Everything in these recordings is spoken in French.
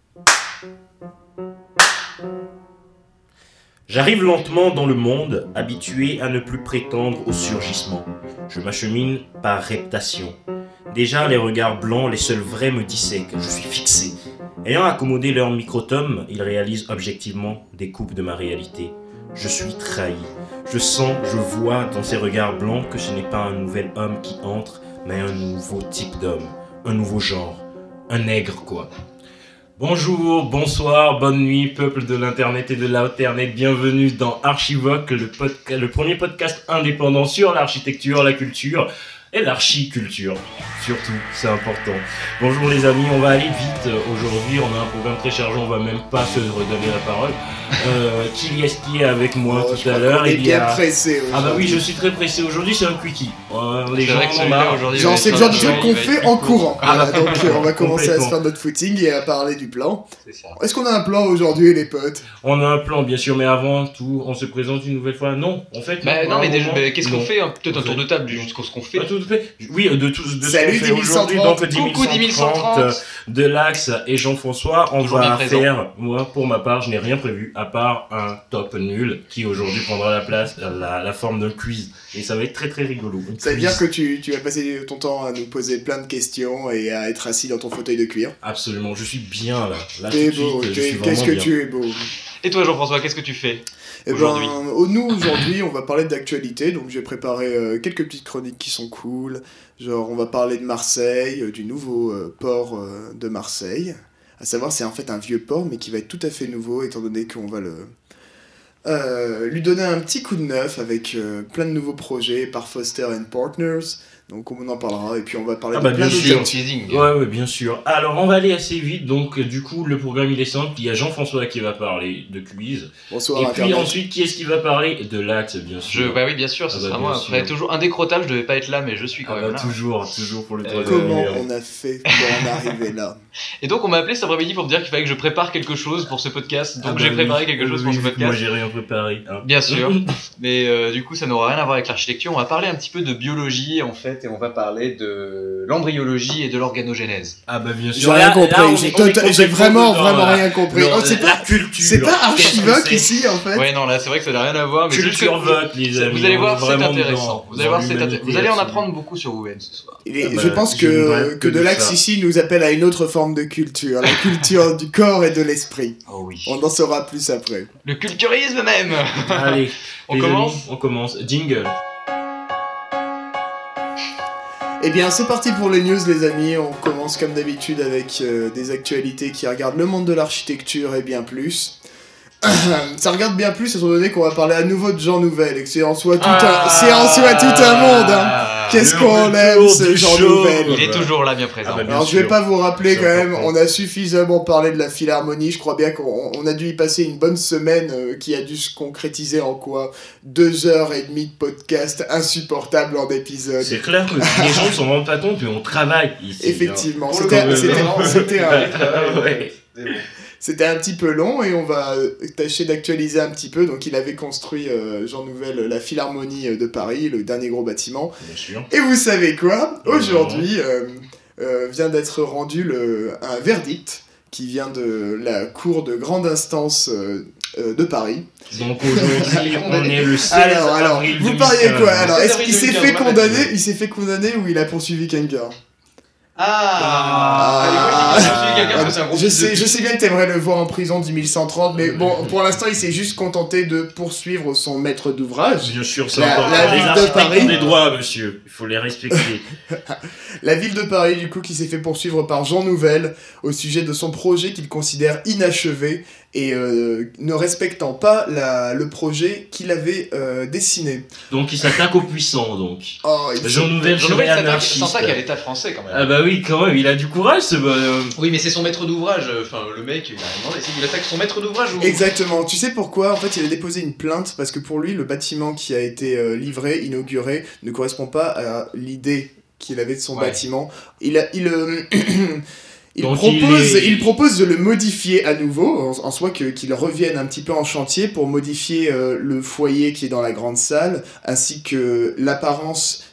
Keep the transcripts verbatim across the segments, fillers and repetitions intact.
J'arrive lentement dans le monde, habitué à ne plus prétendre au surgissement. Je m'achemine par reptation. Déjà, les regards blancs, les seuls vrais me dissèquent. Je suis fixé. Ayant accommodé leur microtome, ils réalisent objectivement des coupes de ma réalité. Je suis trahi. Je sens, je vois dans ces regards blancs que ce n'est pas un nouvel homme qui entre, mais un nouveau type d'homme. Un nouveau genre. Un nègre, quoi. Bonjour, bonsoir, bonne nuit, peuple de l'internet et de l'alternet. Bienvenue dans Archivoc, le, podca- le premier podcast indépendant sur l'architecture, la culture et l'archiculture. Surtout, c'est important. Bonjour les amis, on va aller vite. Aujourd'hui, on a un programme très chargé, on va même pas se redonner la parole. Euh, qui est-ce qui est avec moi oh, tout à l'heure? Il est bien a... pressé Ah bah oui, je suis très pressé. Aujourd'hui, c'est un quickie. Euh, les c'est gens vrai que celui-là aujourd'hui. Genre, c'est le genre de truc qu'on fait en courant. Ah, voilà, donc euh, on va commencer à se faire notre footing et à parler du plan. C'est ça. Est-ce qu'on a un plan aujourd'hui, les potes? On a un plan, bien sûr, mais avant tout, on se présente une nouvelle fois. Non, en fait. Bah non, non mais déjà, moment, bah, qu'est-ce qu'on non. fait hein? Peut-être un tour de table du jusqu'à ce qu'on fait. Pas tout fait. Oui, de tout de Salut, ce qu'on fait aujourd'hui. Donc Coucou dix mille cent trente de l'Axe et Jean-François. On Toujours va bien présent. faire, moi, pour ma part, je n'ai rien prévu à part un top nul qui aujourd'hui prendra la place, la, la forme d'un quiz. Et ça va être très très rigolo. Ça veut dire que tu, tu vas passer ton temps à nous poser plein de questions et à être assis dans ton fauteuil de cuir. Absolument, je suis bien là. Là T'es tout de beau, suite, je t'es- suis qu'est-ce vraiment que bien. tu es beau. Et toi Jean-François, qu'est-ce que tu fais Eh aujourd'hui ben, oh, nous, aujourd'hui, on va parler d'actualité, donc j'ai préparé euh, quelques petites chroniques qui sont cool. Genre, on va parler de Marseille, euh, du nouveau euh, port euh, de Marseille. À savoir, c'est en fait un vieux port, mais qui va être tout à fait nouveau, étant donné qu'on va le... Euh, lui donner un petit coup de neuf avec euh, plein de nouveaux projets par Foster and Partners. Donc on en parlera et puis on va parler Ah de bah, plein bien d'autres sûr. choses. teasing. Ouais, ouais, bien sûr. Alors, on va aller assez vite. Donc, du coup, le programme, il est simple. Il y a Jean-François qui va parler de quiz. Bonsoir Et puis Internet. ensuite, qui est-ce qui va parler de l'Axe, bien Je, sûr. bah oui, bien sûr, ce Ah sera bah, moi. bien Après, sûr. toujours indécrottable, je devais pas être là, mais je suis quand Ah même bah, là. toujours, toujours pour le Euh, troisième Comment numéro. on a fait pour en arriver là? Et donc, on m'a appelé cet après-midi pour me dire qu'il fallait que je prépare quelque chose pour ce podcast. Donc, Ah bah j'ai oui. préparé quelque chose Oui, pour ce oui, Moi, podcast. j'ai rien préparé. Hein. Bien sûr. Mais euh, du coup, ça n'aura rien à voir avec l'architecture. On va parler un petit peu de biologie, en fait, et on va parler de l'embryologie et de l'organogénèse. Ah bah bien sûr. J'ai rien Là- compris, là, on j'ai, est- on est tota- j'ai complètement vraiment, dans vraiment la- rien compris. dans Oh, c'est la pas, culture. c'est pas Qu'est-ce que Archivoc c'est ici en fait. Ouais, non, là, c'est vrai que ça n'a rien à voir, mais juste que Culture vote, les vous, amis. vous allez on voir, est c'est vraiment intéressant. dans- Vous allez dans voir, c'est l'humanité intér- vous allez en absolue. apprendre beaucoup sur Owen ce soir. Il est- Ah bah, je pense j'aimerais que, que que de de l'axe ça. ici nous appelle à une autre forme de culture, la culture du corps et de l'esprit. Oh oui. On en saura plus après. Le culturisme même. Allez, On les commence amis, On commence. Jingle. Eh bien, c'est parti pour les news, les amis. On commence comme d'habitude avec euh, des actualités qui regardent le monde de l'architecture et bien plus. Ça regarde bien plus étant donné qu'on va parler à nouveau de gens nouvelles et que c'est en soi tout, Ah, un, c'est en soi tout un monde. Hein. Ah, Qu'est-ce le qu'on aime retour ce du genre show. nouvelles. Il est toujours là, bien présent. Ah bah, bien Alors je vais sûr. pas vous rappeler C'est quand même, important. on a suffisamment parlé de la Philharmonie, je crois bien qu'on on a dû y passer une bonne semaine euh, qui a dû se concrétiser en quoi? Deux heures et demie de podcast insupportable en épisode. C'est clair que les gens s'en rendent pas compte, mais on travaille ici. Effectivement, Pour le c'était coup, c'était- vraiment, c'était un, hein. Ouais. c'était un petit peu long et on va euh, tâcher d'actualiser un petit peu. Donc il avait construit, euh, Jean Nouvel, la Philharmonie euh, de Paris, le dernier gros bâtiment. Bien sûr. Et vous savez quoi? Aujourd'hui euh, euh, vient d'être rendu le, un verdict qui vient de la cour de grande instance euh, euh, de Paris. Donc aujourd'hui, on est le seize Alors, alors, avril vous deux mille pariez quinze. quoi? Alors, est-ce avril qu'il s'est deux mille fait quinze, condamner? ouais. Il s'est fait condamner ou il a poursuivi quelqu'un? Ah, ah, je suis quelqu'un parce que c'est un gros je fils de sais, je pute. sais bien que t'aimerais le voir en prison dix mille cent trente, mais bon, pour l'instant, il s'est juste contenté de poursuivre son maître d'ouvrage. Bien sûr, c'est La- important. la Les ville de architectes Paris. ont des droits, monsieur. Il faut les respecter. La ville de Paris, du coup, qui s'est fait poursuivre par Jean Nouvel au sujet de son projet qu'il considère inachevé et euh, ne respectant pas la, le projet qu'il avait euh, dessiné. Donc il s'attaque aux puissants, donc. Oh, il Jean Nouvel Jean serait Nouvel s'attaque- anarchiste. s'attaque à l'État français quand même. Ah bah oui, quand même, il a du courage ce bonhomme. Oui, mais c'est son maître d'ouvrage. Enfin, le mec, il a demandé s'il attaque son maître d'ouvrage ou. Exactement. Tu sais pourquoi? En fait, il a déposé une plainte parce que pour lui, le bâtiment qui a été euh, livré, inauguré, ne correspond pas à l'idée qu'il avait de son Ouais. bâtiment. Il a, il, euh, il Donc, propose, il il, est- propose de le modifier à nouveau, en, en soi que qu'il revienne un petit peu en chantier pour modifier euh, le foyer qui est dans la grande salle, ainsi que l'apparence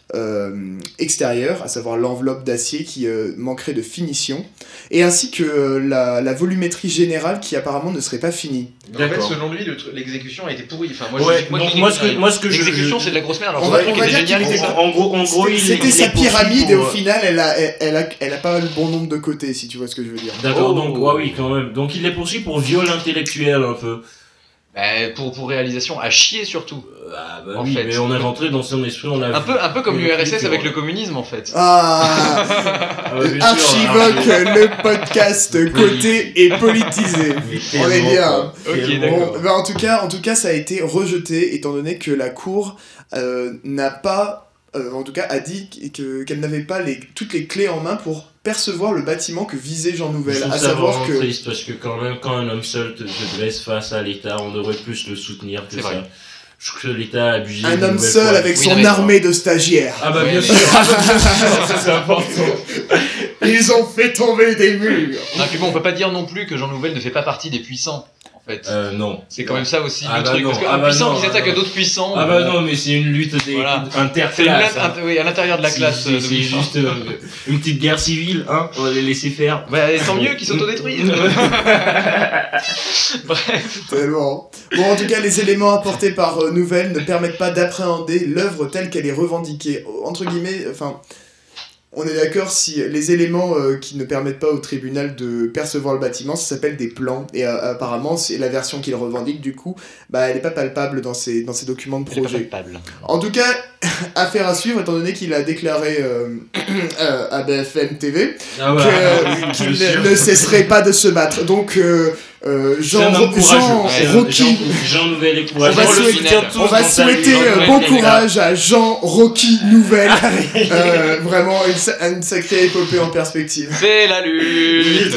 euh, extérieure, à savoir l'enveloppe d'acier qui euh, manquerait de finition, et ainsi que euh, la, la volumétrie générale qui apparemment ne serait pas finie. En fait, D'accord. selon lui, le tr- l'exécution a été pourrie. Enfin, moi, Ouais, je, moi, donc je moi, ce que, moi, ce que je... l'exécution, je- c'est de la grosse merde. Alors, On on va- va, on va dire génial, qu'il c'est était- ça. En gros, en gros C'était il, c'était il sa est poursuivi pyramide, et au pour, euh, final, elle a, elle, elle a, elle a pas le bon nombre de côtés, si tu vois ce que je veux dire. D'accord, Oh. donc, ouais, oui, quand même. Donc il est poursuivi pour viol intellectuel, un peu. Bah, pour, pour réalisation, à chier surtout. Ah, bah En oui, fait. mais on est rentré dans son esprit, on a Un vu- peu, un peu comme Oui, l'U R S S oui, avec oui. le communisme en fait. Ah, Ah, ouais, bien sûr, Archivoc, hein. le podcast côté et politisé. Mais On est tellement, bien. quoi. Ok, Tellement. d'accord. Bon, bah, en tout cas, en tout cas, ça a été rejeté étant donné que la cour euh, n'a pas, euh, en tout cas, a dit que qu'elle n'avait pas les, toutes les clés en main pour percevoir le bâtiment que visait Jean Je Nouvel. trouve À ça savoir vraiment que triste parce que quand même quand un homme seul te, se dresse face à l'État, on devrait plus le soutenir que C'est ça. vrai. Je trouve que l'État a abusé. un une homme nouvelle seul fois. avec Oui, son non, mais- armée de stagiaires. Ah bah Ouais, bien mais- sûr, ah bah bien sûr, ça c'est important. Ils ont fait tomber des murs. Non, et puis bon, on peut pas dire non plus que Jean Nouvel ne fait pas partie des puissants en fait. Euh non. C'est quand même ça aussi Ah le bah truc. non, Parce qu'un ah bah puissant non, qui ah s'attaque non. à d'autres puissants. Ah bah non, mais c'est une lutte des Voilà. C'est une interclasses. lutte, hein. int- oui, à l'intérieur de la C'est- classe c'est euh, c'est dominante. juste euh, une petite guerre civile, hein. On va les laisser faire. Bah, tant mieux qu'ils s'autodétruisent. Bref. Tellement. Bon, en tout cas, les éléments apportés par euh, Nouvel ne permettent pas d'appréhender l'œuvre telle qu'elle est revendiquée. Entre guillemets, enfin, on est d'accord, si les éléments euh, qui ne permettent pas au tribunal de percevoir le bâtiment, ça s'appelle des plans. Et euh, apparemment, c'est la version qu'il revendique, du coup, bah, elle n'est pas palpable dans ces, dans ces documents de projet. Palpable. En tout cas, affaire à suivre, étant donné qu'il a déclaré euh, euh, à B F M T V Ah que- ouais, oui, qu'il bien sûr. ne cesserait pas de se battre. Donc, euh, euh, C'est un Jean, homme courageux. Jean Ouais, Rocky... Jean, Jean Nouvel est courageux. On va le souhaiter- soutient tous On va dans sa souhaiter vie. euh, Jean bon Nouvel est là. courage à Jean Rocky Nouvel. Euh, vraiment une, sa- une sacrée épopée en perspective. C'est la lutte.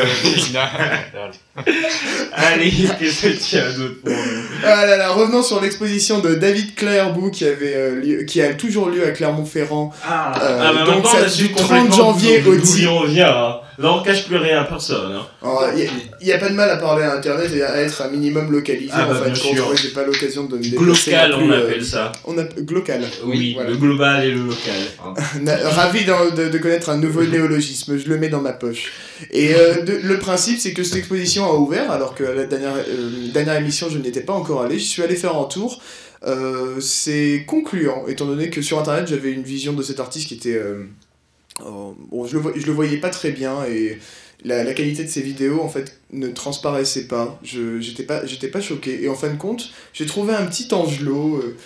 Allez, qu'est-ce qu'il y a d'autre pour nous? Ah là là, revenons sur l'exposition de David Clairbout qui, avait, euh, lieu- qui a toujours lieu à Clermont-Ferrand. Ah, Euh, ah, bah donc maintenant, ça, on a su du trente complètement janvier d'où- au d'où dix. il revient. Hein. Là, on cache plus rien à personne. Hein. Il n'y a, a pas de mal à parler à Internet et à être un minimum localisé. Ah bah, en fait, bien quand sûr. j'ai pas l'occasion de me déplacer Glocal, non plus, on euh, appelle ça. On appelle glocal. Oui, voilà. le global et le local. hein. Na- Ravi d'en- de, de connaître un nouveau néologisme, je le mets dans ma poche. Et euh, de- le principe, c'est que cette exposition a ouvert, alors que la dernière, euh, dernière émission, je n'y étais pas encore allé. Je suis allé faire un tour. Euh, c'est concluant, étant donné que sur Internet, j'avais une vision de cet artiste qui était... euh, oh, bon, je le, vo- je le voyais pas très bien, et la, la qualité de ses vidéos, en fait, ne transparaissait pas. Je j'étais pas, j'étais pas choqué. Et en fin de compte, j'ai trouvé un petit Angelo... euh,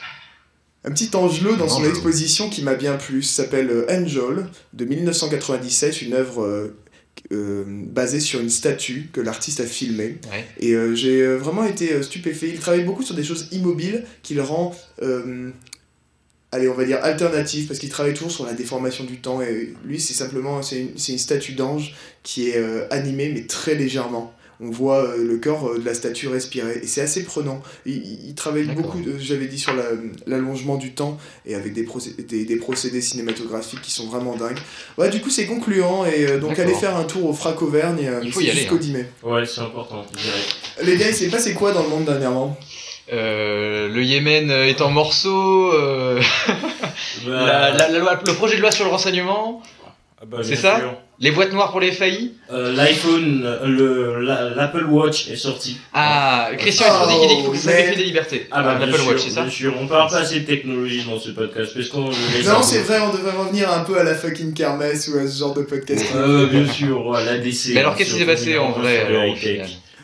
Un petit Angelo dans son Angelo. exposition qui m'a bien plu, ça s'appelle euh, Angel, de dix-neuf cent quatre-vingt-dix-sept, une œuvre euh, euh, basée sur une statue que l'artiste a filmée. Ouais. Et euh, j'ai euh, vraiment été euh, stupéfait. Il travaille beaucoup sur des choses immobiles qu'il rend, euh, allez, on va dire alternatives, parce qu'il travaille toujours sur la déformation du temps. Et lui, c'est simplement c'est une, c'est une statue d'ange qui est euh, animée, mais très légèrement. On voit euh, le corps euh, de la statue respirer, et c'est assez prenant. Il, il- il travaille D'accord. beaucoup, de- j'avais dit, sur la- l'allongement du temps, et avec des, procé- des, des procédés cinématographiques qui sont vraiment dingues. Ouais, du coup, c'est concluant, et euh, donc D'accord. allez faire un tour au Frac Auvergne, euh, Il faut c'est y aller, jusqu'au hein. dix mai. Ouais, c'est important, je dirais. Les gars, il s'est passé quoi dans le monde dernièrement? Euh, le Yémen euh, est en morceaux. euh, Bah, la, la- la loi- le projet de loi sur le renseignement. ah bah, c'est bien ça sûr. Les boîtes noires pour les faillis. Euh, L'iPhone, euh, le, la- l'Apple Watch est sorti. Ah, Christian Oh, Estrosi qui dit qu'il faut que ça mais- sacrifie des libertés. Ah bah, bien L'Apple sûr, Watch, c'est ça bien sûr. On parle pas assez de technologie dans ce podcast, parce qu'on le laisse Non, un c'est peu. vrai, on devrait revenir un peu à la fucking kermesse ou à ce genre de podcast. Euh, bien sûr, ouais, l'A D C. Mais alors, qu'est-ce qui s'est passé en vrai alors, au alors, final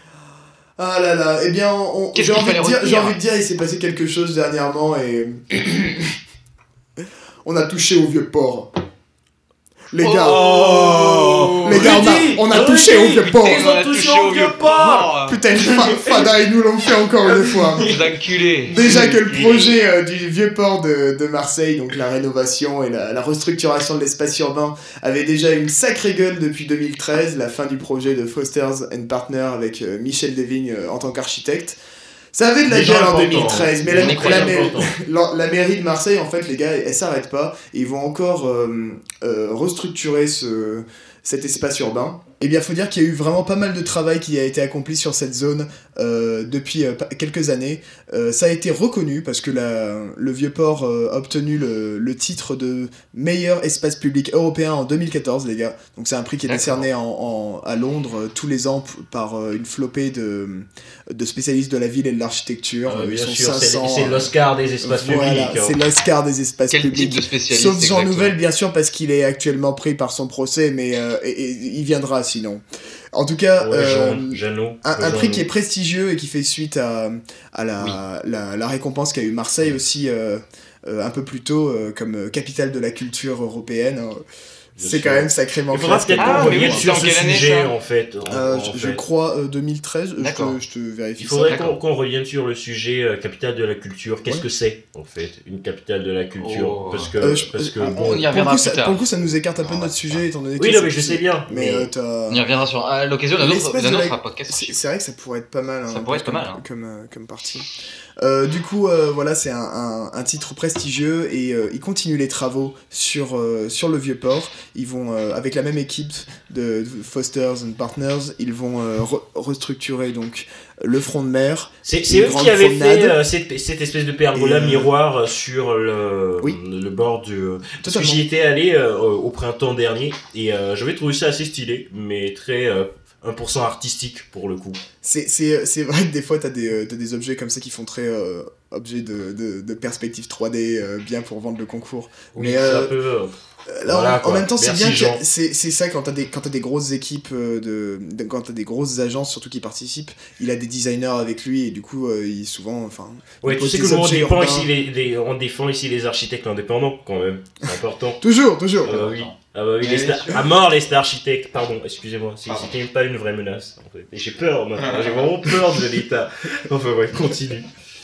Ah là là, eh bien, on- Qu'est-ce j'ai qu'il envie, de fallait dire- j'ai retenir envie de dire, il s'est passé quelque chose dernièrement et. On a touché au vieux port. Les gars, Oh les gars, on a, on a touché au vieux port. Ils ont touché au vieux port. Putain, fa- Fada, ils nous l'ont fait encore une fois. D'enculé. Déjà que le projet euh, du vieux port de, de Marseille, donc la rénovation et la, la restructuration de l'espace urbain, avait déjà une sacrée gueule depuis deux mille treize, la fin du projet de Foster's and Partners avec euh, Michel Devigne euh, en tant qu'architecte. Ça avait de la Des gens gueule en importants. deux mille treize, mais Des la, gens la, importants. la- la mairie de Marseille, en fait, les gars, elle s'arrête pas. Et ils vont encore euh, euh, restructurer ce, cet espace urbain. Eh bien, faut dire qu'il y a eu vraiment pas mal de travail qui a été accompli sur cette zone euh, depuis euh, quelques années. Euh, ça a été reconnu parce que la, le Vieux-Port euh, a obtenu le, le titre de meilleur espace public européen en deux mille quatorze, les gars. Donc c'est un prix qui est D'accord. décerné en, en, à Londres euh, tous les ans p- par euh, une flopée de, de spécialistes de la ville et de l'architecture. Ah, Euh, bien Ils sont sûr, c'est cinq cents. c'est l'Oscar des espaces Voilà, publics. c'est hein. l'Oscar des espaces Quel publics. type de spécialiste Sauf Jean exactement Nouvel, bien sûr, parce qu'il est actuellement pris par son procès, mais euh, et, et il viendra sinon. En tout cas, Ouais, euh, Jean- Jeannot, un, un Jean- prix qui est prestigieux et qui fait suite à, à la, la, la récompense qu'a eu Marseille aussi euh, euh, un peu plus tôt euh, comme euh, capitale de la culture européenne. hein. Bien C'est sûr. quand même sacrément Il faudra classe. peut-être Ah, qu'on mais revienne oui, sur dans ce quelle année, sujet ça en fait. en- Euh, en je, fait. je crois euh, deux mille treize, je D'accord. te, je te vérifie Il ça. faudrait qu'on D'accord. qu'on revienne sur le sujet euh, capitale de la culture. Qu'est-ce Ouais. que c'est en fait une capitale de la culture Oh. Parce que, Euh, je- parce que on- on bon, y Pour le, reviendra coup, plus ça, tard. pour le coup, ça nous écarte un peu de Ah, notre sujet, étant donné que oui, c'est- non, mais je sais bien. Mais euh, t'as- On y reviendra sur à l'occasion d'un autre, L'espèce d'un de autre la- podcast. C'est c'est vrai que ça pourrait être pas mal. hein, Ça un pourrait peu être pas comme, mal, hein. Comme, euh, comme partie. Euh, du coup, euh, voilà, c'est un, un, un titre prestigieux et euh, ils continuent les travaux sur, euh, sur le Vieux-Port. Ils vont, euh, avec la même équipe de, de Foster's and Partners, ils vont euh, re- restructurer donc le front de mer. C'est Une c'est eux grande qui avaient promenade. fait euh, cette, cette espèce de pergola Et, euh, miroir sur le, Oui. le bord du. Parce que Totalement. j'y étais allé euh, au printemps dernier et euh, j'avais trouvé ça assez stylé, mais très euh, un pour cent artistique pour le coup. C'est, c'est, c'est vrai que des fois, t'as des, euh, t'as des objets comme ça qui font très euh, objet de, de, de perspective trois D, euh, bien pour vendre le concours. Oui, Mais, c'est euh, un peu. euh, Euh, Là, Voilà, en, en quoi. même temps, c'est Merci, bien que Jean. c'est, c'est ça quand t'as des quand t'as des grosses équipes euh, de, de- quand t'as des grosses agences surtout qui participent, il a des designers avec lui et du coup euh, il souvent enfin Ouais, il tu pose sais des que nous on objets défend urbains. ici les, les- on défend ici les architectes indépendants quand même, c'est important. toujours toujours. Ah bah oui, ah bah oui, Ouais, les stars- sûr. à mort les stars architectes, pardon, excusez-moi, c'est- Pardon. c'était pas une vraie menace en fait. Et j'ai peur maintenant, j'ai vraiment peur de l'État. Enfin ouais, continue.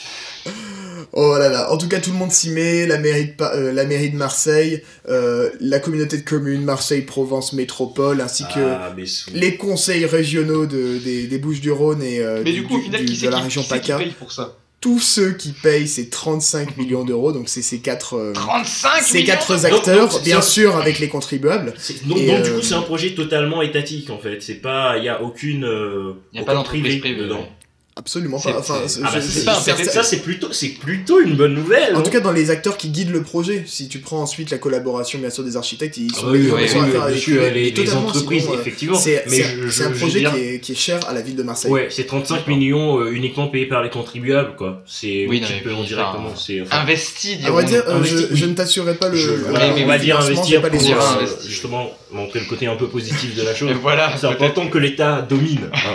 Oh là là, en tout cas tout le monde s'y met, la mairie de, Pa- euh, la mairie de Marseille, euh, la communauté de communes Marseille-Provence Métropole ainsi que Ah, mais sous. les conseils régionaux de, des, des Bouches-du-Rhône et euh, Mais du coup, au final, qui de c'est la qui, région qui c'est qui PACA. paye pour ça Tous ceux qui payent ces trente-cinq millions d'euros, donc c'est ces quatre, euh, trente-cinq ces millions quatre de- acteurs, donc, c'est bien ça. sûr avec les contribuables. C'est- Donc, Et, donc, du euh, coup c'est un projet totalement étatique en fait, c'est pas, il y a aucune, euh, Il n'y a aucun pas d'entreprise privée dedans. Absolument C'est- pas. Enfin, c'est- je- Ah bah je- c'est je- pas un je- P P P. ça c'est plutôt, c'est plutôt une bonne nouvelle. En non tout cas, dans les acteurs qui guident le projet, si tu prends ensuite la collaboration, bien sûr, des architectes, ils sont Ah oui, ils ont oui, raison oui, à oui, faire avec monsieur, lui. les, Mais les totalement, entreprises, sinon, euh, effectivement. C'est mais c'est- je, c'est je- un je projet veux dire, qui est, qui est cher à la ville de Marseille. ouais, c'est trente-cinq millions euh, uniquement payés par les contribuables, quoi. C'est Oui, un non, petit mais peu puis, indirectement. enfin, C'est, enfin, Investi, À vrai dirons-nous. dire, euh, investi, je, oui. je ne t'assurerai pas le. je- le- voilà, le on va dire financement, investir j'ai pas pour les dire chiffres. euh, investi. justement montrer le côté un peu positif de la chose. Et voilà, C'est peut-être. important que l'État domine. hein.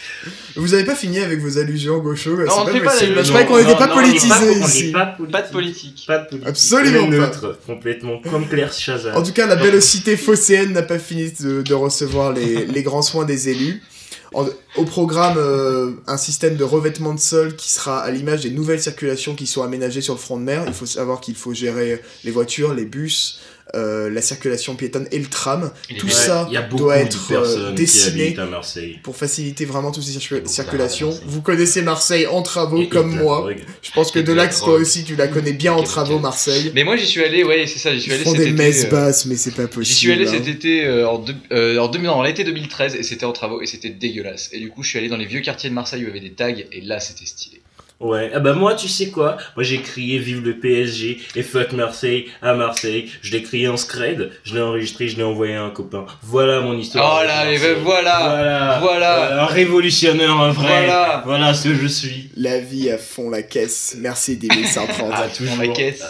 Vous avez pas fini avec vos allusions gaucho, c'est on pas fait pas possible. d'allusions. Je croyais qu'on Non, était pas non, on est politisé on est ici. pas politique. Pas de politique. Pas de politique. Absolument On est pas. neutre, complètement, comme Claire Chazal. En tout cas, la belle cité phocéenne n'a pas fini de, de recevoir les, les grands soins des élus. En- au programme, euh, un système de revêtement de sol qui sera à l'image des nouvelles circulations qui sont aménagées sur le front de mer. Il faut savoir qu'il faut gérer les voitures, les bus, euh, la circulation piétonne et le tram. Et les Tout Ouais, ça il y a beaucoup doit de être euh, personnes qui dessiné habitent à Marseille. pour faciliter vraiment toutes ces circu- beaucoup circulations. à Marseille. Vous connaissez Marseille en travaux Et- et comme de la moi. drogue. Je pense que Et de la Delax, toi drogue. aussi, tu la connais bien en Ok, travaux, ok. Marseille. Mais moi j'y suis allé, ouais, c'est ça, j'y suis Ils allé font cet des été. messes euh, basses, mais c'est pas possible. J'y suis allé hein. cet été euh, en, deux- euh, en, deux- non, l'été deux mille treize et c'était en travaux et c'était dégueulasse. Et du coup, je suis allé dans les vieux quartiers de Marseille où il y avait des tags et là c'était stylé. Ouais, ah bah moi, tu sais quoi? Moi, j'ai crié vive le P S G et fuck Marseille à Marseille. Je l'ai crié en scred, je l'ai enregistré, je l'ai envoyé à un copain. Voilà mon histoire. Oh avec là, et Marseille. ben voilà, Voilà. voilà. Un révolutionnaire, un vrai. Voilà. Voilà ce que je suis. La vie à fond la caisse. Merci des mille cent trente. Ah, Dans toujours. ma caisse.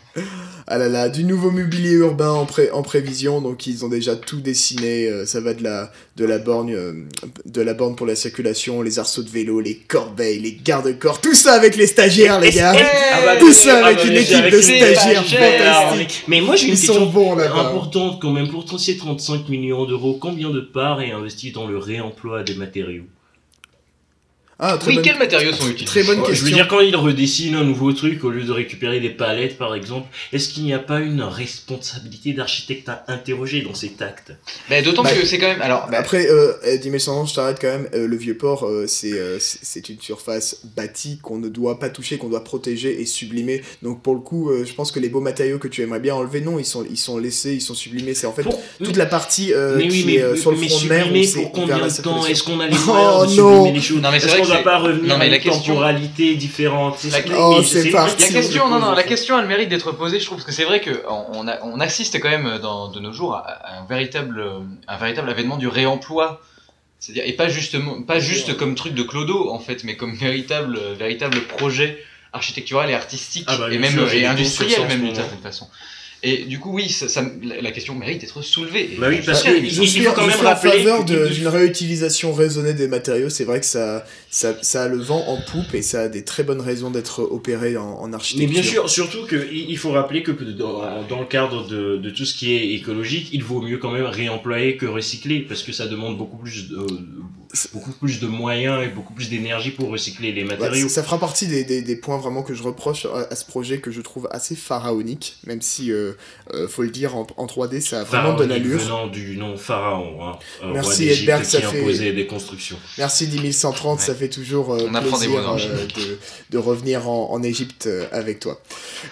Ah là là, du nouveau mobilier urbain en, pré- en prévision, donc ils ont déjà tout dessiné, euh, ça va de la, de, la borne, euh, de la borne pour la circulation, les arceaux de vélo, les corbeilles, les garde-corps, tout ça avec les stagiaires les gars. Ah bah, Tout ça ah avec bah, une mais équipe avec de les stagiaires stagiaires. fantastiques. Mais moi, j'ai une Ils sont question bons là-bas. importante quand même. Pour ces trente-cinq millions d'euros, combien de parts est investi dans le réemploi des matériaux? Ah, très Oui, bonne... quels matériaux sont utilisés? Très bonne Ouais, question. je veux dire, quand il redessine un nouveau truc, au lieu de récupérer des palettes, par exemple, est-ce qu'il n'y a pas une responsabilité d'architecte à interroger dans cet acte? Mais d'autant Bah, que c'est quand même. Alors, bah, Après, euh, Dimitri Sandron, je t'arrête quand même. Euh, le Vieux-Port, euh, c'est, euh, c'est c'est une surface bâtie qu'on ne doit pas toucher, qu'on doit protéger et sublimer. Donc pour le coup, euh, je pense que les beaux matériaux que tu aimerais bien enlever, non, ils sont, ils sont laissés, ils sont sublimés. C'est en fait Pour- toute la partie euh, mais qui oui, mais, est euh, sur le mais front de mer. sublimer où c'est pour combien vers la de temps? circulation. Est-ce qu'on a les Oh, moyens de non. sublimer les choses? Non, mais c'est Est-ce vrai qu'on que va c'est- pas revenir non, mais à la une question- temporalité différente? C'est La- ça. Oh, Mais c'est une parti. question La que je question, non, pose, non, en la fait. question a le mérite d'être posée, je trouve, parce que c'est vrai qu'on on a- on assiste quand même dans, de nos jours à, à un, véritable, un véritable avènement du réemploi. C'est-à-dire, et pas justement, pas juste comme truc de clodo, en fait, mais comme véritable, véritable projet architectural et artistique, Ah bah, et bien même sûr, j'ai et des industriel, cours sur ça en même ce d'une moment. certaine façon. Et du coup, oui, ça, ça- la la question mérite d'être soulevée. Et Bah oui, je parce sais, que mais il- Je il suis, faut quand je même suis en rappeler faveur que- de- d'une réutilisation raisonnée des matériaux. C'est vrai que ça, ça, ça a le vent en poupe et ça a des très bonnes raisons d'être opéré en, en Mais architecture. bien sûr, surtout qu'il faut rappeler que dans, dans le cadre de, de tout ce qui est écologique, il vaut mieux quand même réemployer que recycler, parce que ça demande beaucoup plus de, beaucoup plus de moyens et beaucoup plus d'énergie pour recycler les Ouais, matériaux. ça, ça fera partie des, des, des points vraiment que je reproche à, à ce projet que je trouve assez pharaonique, même si, euh, euh, faut le dire, en, en trois D, ça a vraiment de Pharaonique l'allure. venant du nom pharaon, hein, un Merci, roi d'Égypte Edberg, qui ça fait- imposait des constructions. Merci dix mille cent trente, Ouais. ça fait toujours euh, On apprend des plaisir mots dans le euh, de, de revenir en, en Égypte euh, avec toi.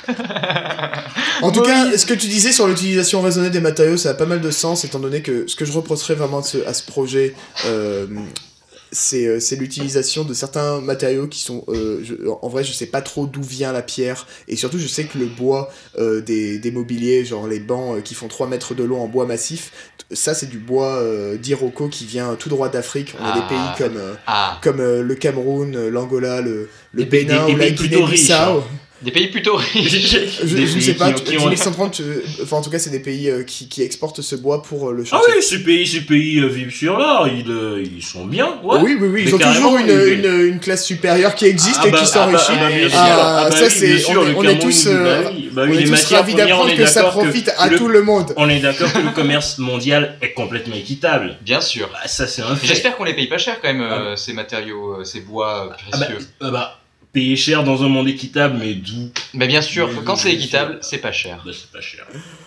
En tout Oui. cas, ce que tu disais sur l'utilisation raisonnée des matériaux, ça a pas mal de sens, étant donné que ce que je reprocherais vraiment de ce- à ce projet, euh, c'est euh, c'est l'utilisation de certains matériaux qui sont... euh, je- en vrai, je sais pas trop d'où vient la pierre, et surtout, je sais que le bois euh, des, des mobiliers, genre les bancs euh, qui font trois mètres de long en bois massif, t- ça, c'est du bois euh, d'Iroko qui vient tout droit d'afrique. On a Ah. des pays comme... euh, Ah, comme euh, le Cameroun, euh, l'Angola, le, le Des pays- Bénin des- ou des la pays plutôt riches, Guinée-Bissau. hein. des pays plutôt riches. Je, Des je ne pays sais pas, qui ont- qui dix ont- mille cent trente, euh, enfin en tout cas c'est des pays euh, qui, qui exportent ce bois pour euh, le Ah chantier. oui, ces pays, ces pays euh, vivent sur l'art, ils, euh, ils sont bien, ouais. Oui, oui, oui, Mais ils ont carrément, toujours une, ils- une, une classe supérieure qui existe Ah et bah- qui ah bah- s'enrichit. ah bah, bien sûr. Ah, Ah bah ça, oui, c'est- bien sûr, on est- le on est Cameroun, tous, bah euh, oui, bah on oui, est les tous matières ravis premières, on d'apprendre est que ça d'accord profite à le- tout le monde. On est d'accord que le commerce mondial est complètement équitable. Bien sûr. Bah, ça, c'est un Mais fait. j'espère qu'on les paye pas cher quand même, euh, Ah. ces matériaux, euh, ces bois euh, Ah bah, précieux. ah bah, payer cher dans un monde équitable, mais d'où? Mais bien sûr, Mais quand oui, c'est bien équitable, sûr. c'est pas cher. Bah, c'est pas cher.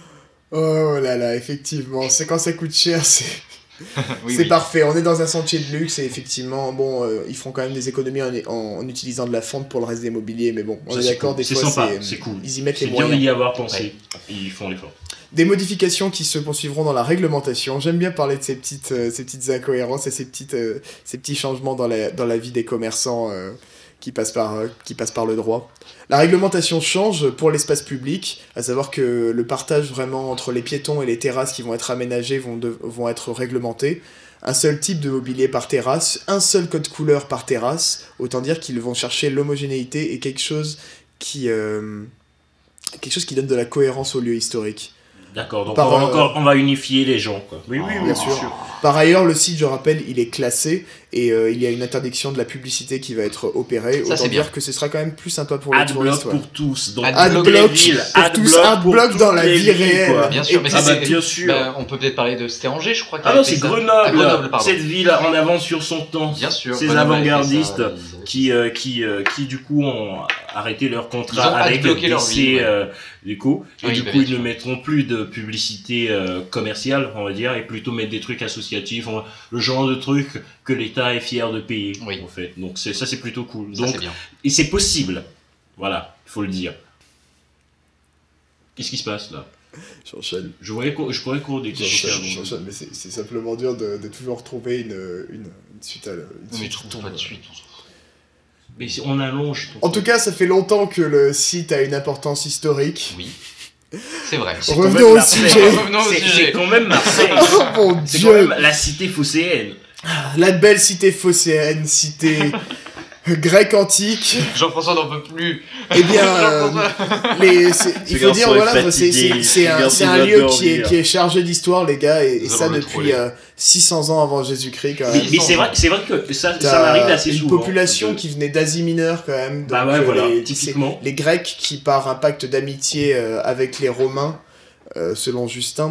Oh là là, effectivement, c'est quand ça coûte cher, c'est Oui, c'est oui. parfait. On est dans un sentier de luxe et effectivement, bon, euh, ils feront quand même des économies en, en, en utilisant de la fonte pour le reste des mobiliers, mais bon, on Ça, est c'est d'accord, cool. des C'est fois, sympa, c'est c'est cool. ils y mettent C'est les bien moyens. d'y avoir pensé. Ouais. Ils font l'effort. Des modifications qui se poursuivront dans la réglementation. J'aime bien parler de ces petites, euh, ces petites incohérences et ces, petites, euh, ces petits changements dans la, dans la vie des commerçants euh, qui, passent par, euh, qui passent par le droit. La réglementation change pour l'espace public, à savoir que le partage vraiment entre les piétons et les terrasses qui vont être aménagées vont, de- vont être réglementés. Un seul type de mobilier par terrasse, un seul code couleur par terrasse, autant dire qu'ils vont chercher l'homogénéité et quelque chose qui, euh, quelque chose qui donne de la cohérence au lieu historique. D'accord, donc Par, on, va euh, encore, on va unifier les gens, quoi. Oui, oui, Ah, oui, bien sûr. Par ailleurs, le site, je rappelle, il est classé et euh, il y a une interdiction de la publicité qui va être opérée. Ça, Autant c'est dire bien. que ce sera quand même plus sympa pour les Adblock touristes. ouais. pour tous. Donc, Adblock toutes les Adblock villes. pour tous, Adblock Adblock pour dans toutes la les vie villes, réelle. quoi. Bien sûr, mais Ah c'est- bah bien sûr. Bah, on peut peut-être parler de Stéranger, je crois. qui Ah a non, fait c'est ça. Grenoble, Ah, Grenoble, pardon. cette ville en avance sur son temps. Bien sûr. Ces Grenoble a fait avant-gardistes ça, ils- qui, euh, qui, euh, qui du coup ont arrêté leur Ils ont contrat avec adbloqué leur D C vie, ouais. euh, du coup, et Oui, du bah, coup bien ils ne sûr. mettront plus de publicité euh, commerciale, on va dire, et plutôt mettre des trucs associatifs, on va- le genre de trucs que l'État est fier de payer, Oui. en fait. Donc c'est, ça c'est plutôt cool. Ça, Donc, c'est bien. et c'est possible, voilà, il faut le dire. Qu'est-ce qui se passe là? J'enchaîne. Je, voyais qu'au- je pourrais cours des J'enchaîne, j'enchaîne, mais c'est c'est simplement dur de, de toujours trouver une, une, une suite à la- une Mais suite tu qui trouves tombe. pas de suite. on s'en fout. Mais si on allonge. En tout cas, ça fait longtemps que le site a une importance historique. Oui. C'est vrai. C'est Revenons quand même au Marseille. sujet. Revenons au C'est- sujet. C'est quand même Marseille. Oh mon C'est quand dieu! même la cité phocéenne. La belle cité phocéenne, cité grecque antique. Jean-François n'en peut plus. Eh bien, euh, Jean-François. les, c'est- Ce il faut garçon dire, est voilà, c'est, fatigué, c'est, c'est ce un, garçon c'est un va lieu qui est, dormir. qui est chargé d'histoire, les gars, et, et Nous ça allons le depuis troller. euh, six cents ans avant Jésus-Christ, quand même. Oui. Mais c'est vrai, c'est vrai que ça, ça T'as m'arrive assez une souvent. population De- qui venait d'Asie mineure, quand même. Bah donc, ouais, euh, voilà, les, typiquement. c'est- les Grecs qui, par un pacte d'amitié euh, avec les Romains, euh, selon Justin,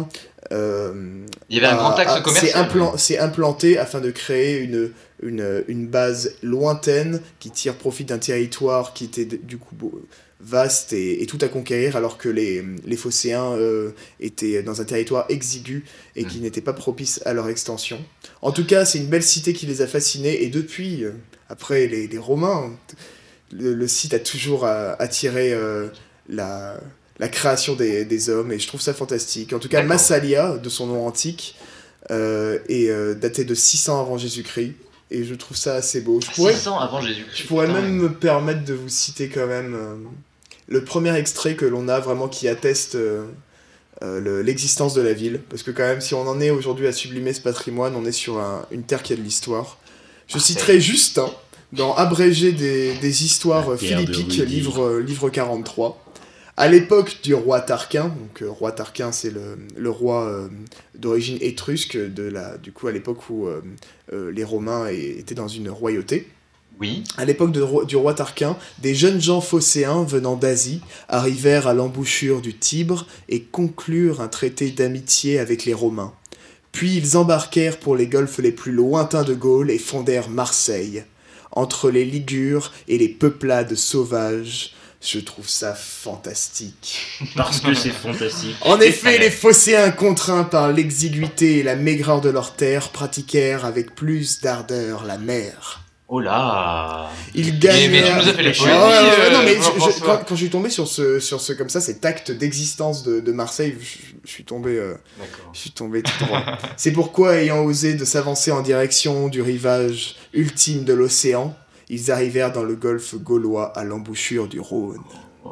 Euh, Il y avait un grand axe à, commercial. C'est, implan- c'est implanté afin de créer une, une, une base lointaine qui tire profit d'un territoire qui était du coup beau, vaste et, et tout à conquérir, alors que les, les Phocéens euh, étaient dans un territoire exigu et qui mmh. n'était pas propice à leur extension. En tout cas, c'est une belle cité qui les a fascinés, et depuis, euh, après les, les Romains, le, le site a toujours euh, attiré euh, la... la création des, des hommes, et je trouve ça fantastique. En tout cas, D'accord. Massalia, de son nom antique, euh, est euh, daté de six cents avant Jésus-Christ, et je trouve ça assez beau. Je pourrais, six cents avant Jésus-Christ. Je pourrais putain, même ouais. me permettre de vous citer quand même euh, le premier extrait que l'on a vraiment qui atteste euh, euh, le, l'existence de la ville, parce que quand même, si on en est aujourd'hui à sublimer ce patrimoine, on est sur un, une terre qui a de l'histoire. Je Parfait. citerai Justin, dans Abrégé des, des histoires philippiques, livre, livre quarante-trois. À l'époque du roi Tarquin, donc euh, roi Tarquin c'est le, le roi euh, d'origine étrusque, de la, du coup à l'époque où euh, euh, les Romains étaient dans une royauté. Oui. À l'époque de, du roi Tarquin, des jeunes gens phocéens venant d'Asie arrivèrent à l'embouchure du Tibre et conclurent un traité d'amitié avec les Romains. Puis ils embarquèrent pour les golfes les plus lointains de Gaule et fondèrent Marseille, entre les Ligures et les peuplades sauvages. Je trouve ça fantastique. Parce que c'est fantastique. En effet, les Phocéens, contraints par l'exiguïté et la maigreur de leurs terres, pratiquèrent avec plus d'ardeur la mer. Oh là. Ils gagnèrent... Mais, mais tu nous as fait la poésie. Oh, ouais, ouais, euh, non, mais je, je, quand, quand je suis tombé sur ce, sur ce comme ça, cet acte d'existence de, de Marseille, je, je suis tombé, euh, je suis tombé tout droit. C'est pourquoi, ayant osé de s'avancer en direction du rivage ultime de l'océan, ils arrivèrent dans le golfe gaulois à l'embouchure du Rhône.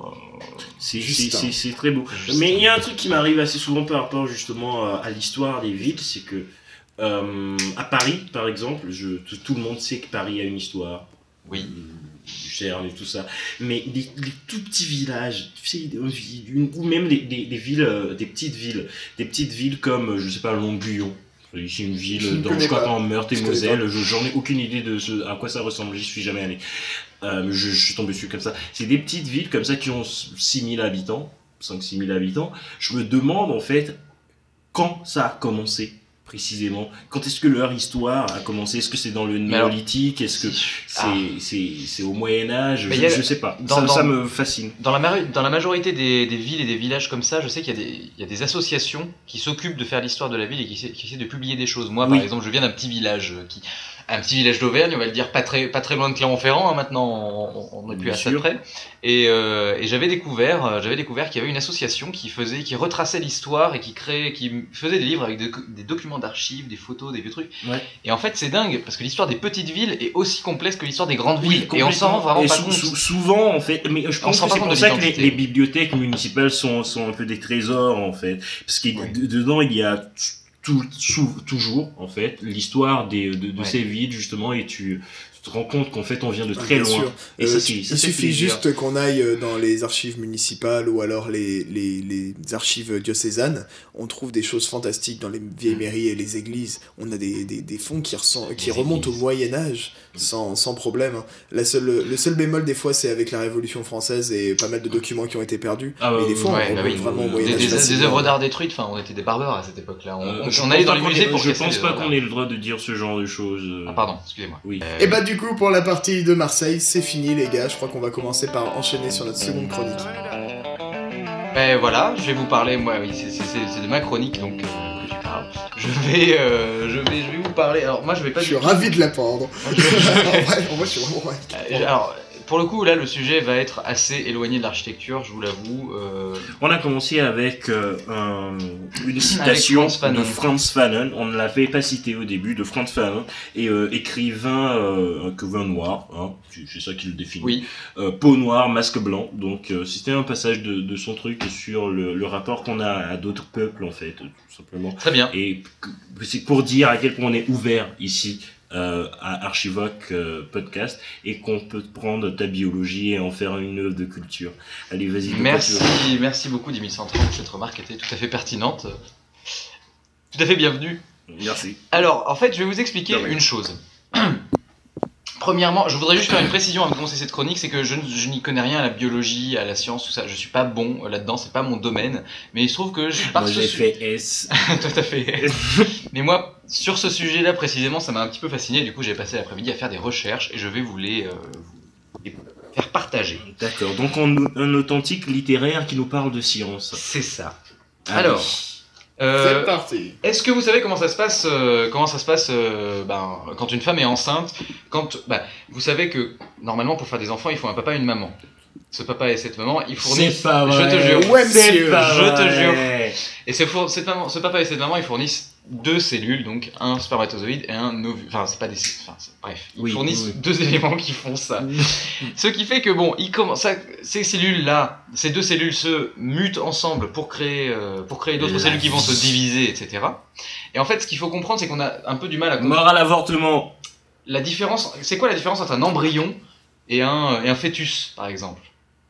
C'est, c'est, c'est, c'est très beau. Juste Mais il y a un truc qui m'arrive assez souvent par rapport justement à, à l'histoire des villes, c'est que euh, à Paris, par exemple, je, tout, tout le monde sait que Paris a une histoire. Oui. Du Cher et tout ça. Mais les, les tout petits villages, tu sais, ou même les, les, les villes, des petites villes, des petites villes comme, je sais pas, Longuyon. C'est une ville dans, je crois qu'en Meurthe-et-Moselle, je, j'en ai aucune idée de ce, à quoi ça ressemble, j'y suis jamais allé. Euh, je, je suis tombé dessus comme ça. C'est des petites villes comme ça qui ont six mille habitants, cinq à six mille habitants. Je me demande en fait quand ça a commencé précisément. Quand est-ce que leur histoire a commencé? Est-ce que c'est dans le néolithique? Est-ce que c'est, ah. c'est, c'est au Moyen-Âge? Je, a, je sais pas. Dans, ça, dans, ça me fascine. Dans la, dans la majorité des, des villes et des villages comme ça, je sais qu'il y a des, il y a des associations qui s'occupent de faire l'histoire de la ville et qui, qui essaient de publier des choses. Moi, oui. par exemple, je viens d'un petit village qui... un petit village d'Auvergne, on va le dire, pas très, pas très loin de Clermont-Ferrand, hein, maintenant on n'est plus à ça près. Et, euh, et j'avais découvert, euh, j'avais découvert qu'il y avait une association qui faisait, qui retraçait l'histoire et qui créait, qui faisait des livres avec des, des documents d'archives, des photos, des vieux trucs. Ouais. Et en fait, c'est dingue parce que l'histoire des petites villes est aussi complexe que l'histoire des grandes villes. Oui, et on s'en rend vraiment et pas sou- compte. Sou- souvent, en fait, mais je pense que c'est pour ça que les, les bibliothèques municipales sont, sont un peu des trésors, en fait, parce que ouais. dedans il y a Tout, sou, toujours en fait l'histoire des, de, de ouais. ces villes justement, et tu te rends compte qu'en fait on vient de très Bien loin. Et euh, ça, c'est, ça, il suffit juste qu'on aille dans les archives municipales ou alors les, les, les archives diocésanes, on trouve des choses fantastiques dans les vieilles mairies et les églises. On a des, des, des fonds qui, ressent, qui remontent au Moyen-Âge sans, sans problème. La seule, le seul bémol des fois c'est avec la Révolution française et pas mal de documents qui ont été perdus. Ah, mais des fois ouais, on remonte bah, vraiment au Moyen-Âge. Des, des, des œuvres d'art détruites, enfin on était des barbares à cette époque-là. On, euh, on, on allait dans les musées pour Je pense pas qu'on ait le droit de dire ce genre de choses. Ah pardon, excusez-moi. Oui. Euh... Et bah du coup pour la partie de Marseille, c'est fini les gars, je crois qu'on va commencer par enchaîner sur notre seconde chronique. Ben voilà, je vais vous parler, moi oui, c'est, c'est, c'est, c'est de ma chronique donc euh, que tu parles. Je vais, euh, je vais, je vais vous parler. Alors moi je vais pas. Je suis ravi de l'apprendre. en vrai, en vrai, je suis vraiment ravi. Euh, alors. Pour le coup, là, le sujet va être assez éloigné de l'architecture, je vous l'avoue. Euh... On a commencé avec euh, un, une citation de Frantz Fanon. On ne l'avait pas cité au début, de Frantz Fanon, et euh, écrivain, euh, écrivain noir, hein, c'est ça qui le définit. Oui. Euh, peau noire, masque blanc. Donc, euh, c'était un passage de, de son truc sur le, le rapport qu'on a à d'autres peuples, en fait, tout simplement. Très bien. Et c'est pour dire à quel point on est ouvert ici. Euh, à Archivoc euh, podcast, et qu'on peut prendre ta biologie et en faire une œuvre de culture. Allez, vas-y. Merci, merci beaucoup dix mille cent trente, cette remarque était tout à fait pertinente. Tout à fait bienvenue. Merci. Alors, en fait, je vais vous expliquer une chose. Premièrement, je voudrais juste faire une précision avant de commencer cette chronique, c'est que je, je n'y connais rien à la biologie, à la science, tout ça. Je suis pas bon là-dedans, c'est pas mon domaine. Mais il se trouve que je pars Moi sur j'ai ce fait S. Toi t'as fait. Mais moi, sur ce sujet-là précisément, ça m'a un petit peu fasciné. Du coup, j'ai passé l'après-midi à faire des recherches et je vais vous les, euh, vous les faire partager. D'accord, donc on, un authentique littéraire qui nous parle de science. C'est ça. Ah Alors, oui. euh, C'est parti. est-ce que vous savez comment ça se passe, euh, comment ça se passe euh, ben, quand une femme est enceinte quand, bah, vous savez que normalement pour faire des enfants, il faut un papa et une maman. Ce papa et cette maman, ils fournissent. C'est pas vrai. Je te jure. Ouais, c'est monsieur, pas je te vrai. Et ce, four- cette maman, ce papa et cette maman, ils fournissent deux cellules, donc un spermatozoïde et un ovule. Enfin, c'est pas des. Enfin, c'est- bref, ils Oui, fournissent oui. deux éléments qui font ça. Ce qui fait que bon, ils commencent, ça, ces cellules-là, ces deux cellules se mutent ensemble pour créer, euh, pour créer d'autres La cellules qui vont se vie. diviser, et cetera. Et en fait, ce qu'il faut comprendre, c'est qu'on a un peu du mal à comprendre Mort à l'avortement. la différence. C'est quoi la différence entre un embryon et un, et un fœtus, par exemple?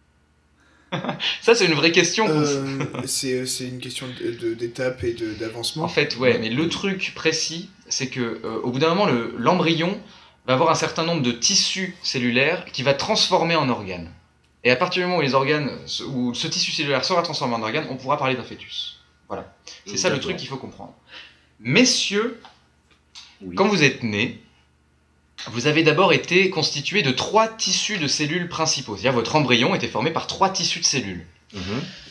Ça, c'est une vraie question. qu'on s- Euh, c'est c'est une question de- de- d'étape et de- d'avancement. En fait, ouais, mais le truc précis, c'est que euh, au bout d'un moment, le- l'embryon va avoir un certain nombre de tissus cellulaires qui va transformer en organes. Et à partir du moment où les organes, se- où ce tissu cellulaire sera transformé en organe, on pourra parler d'un fœtus. Voilà. C'est ça le D'accord. truc qu'il faut comprendre. Messieurs, Oui. quand vous êtes nés, vous avez d'abord été constitué de trois tissus de cellules principaux. C'est-à-dire votre embryon était formé par trois tissus de cellules. Mhm.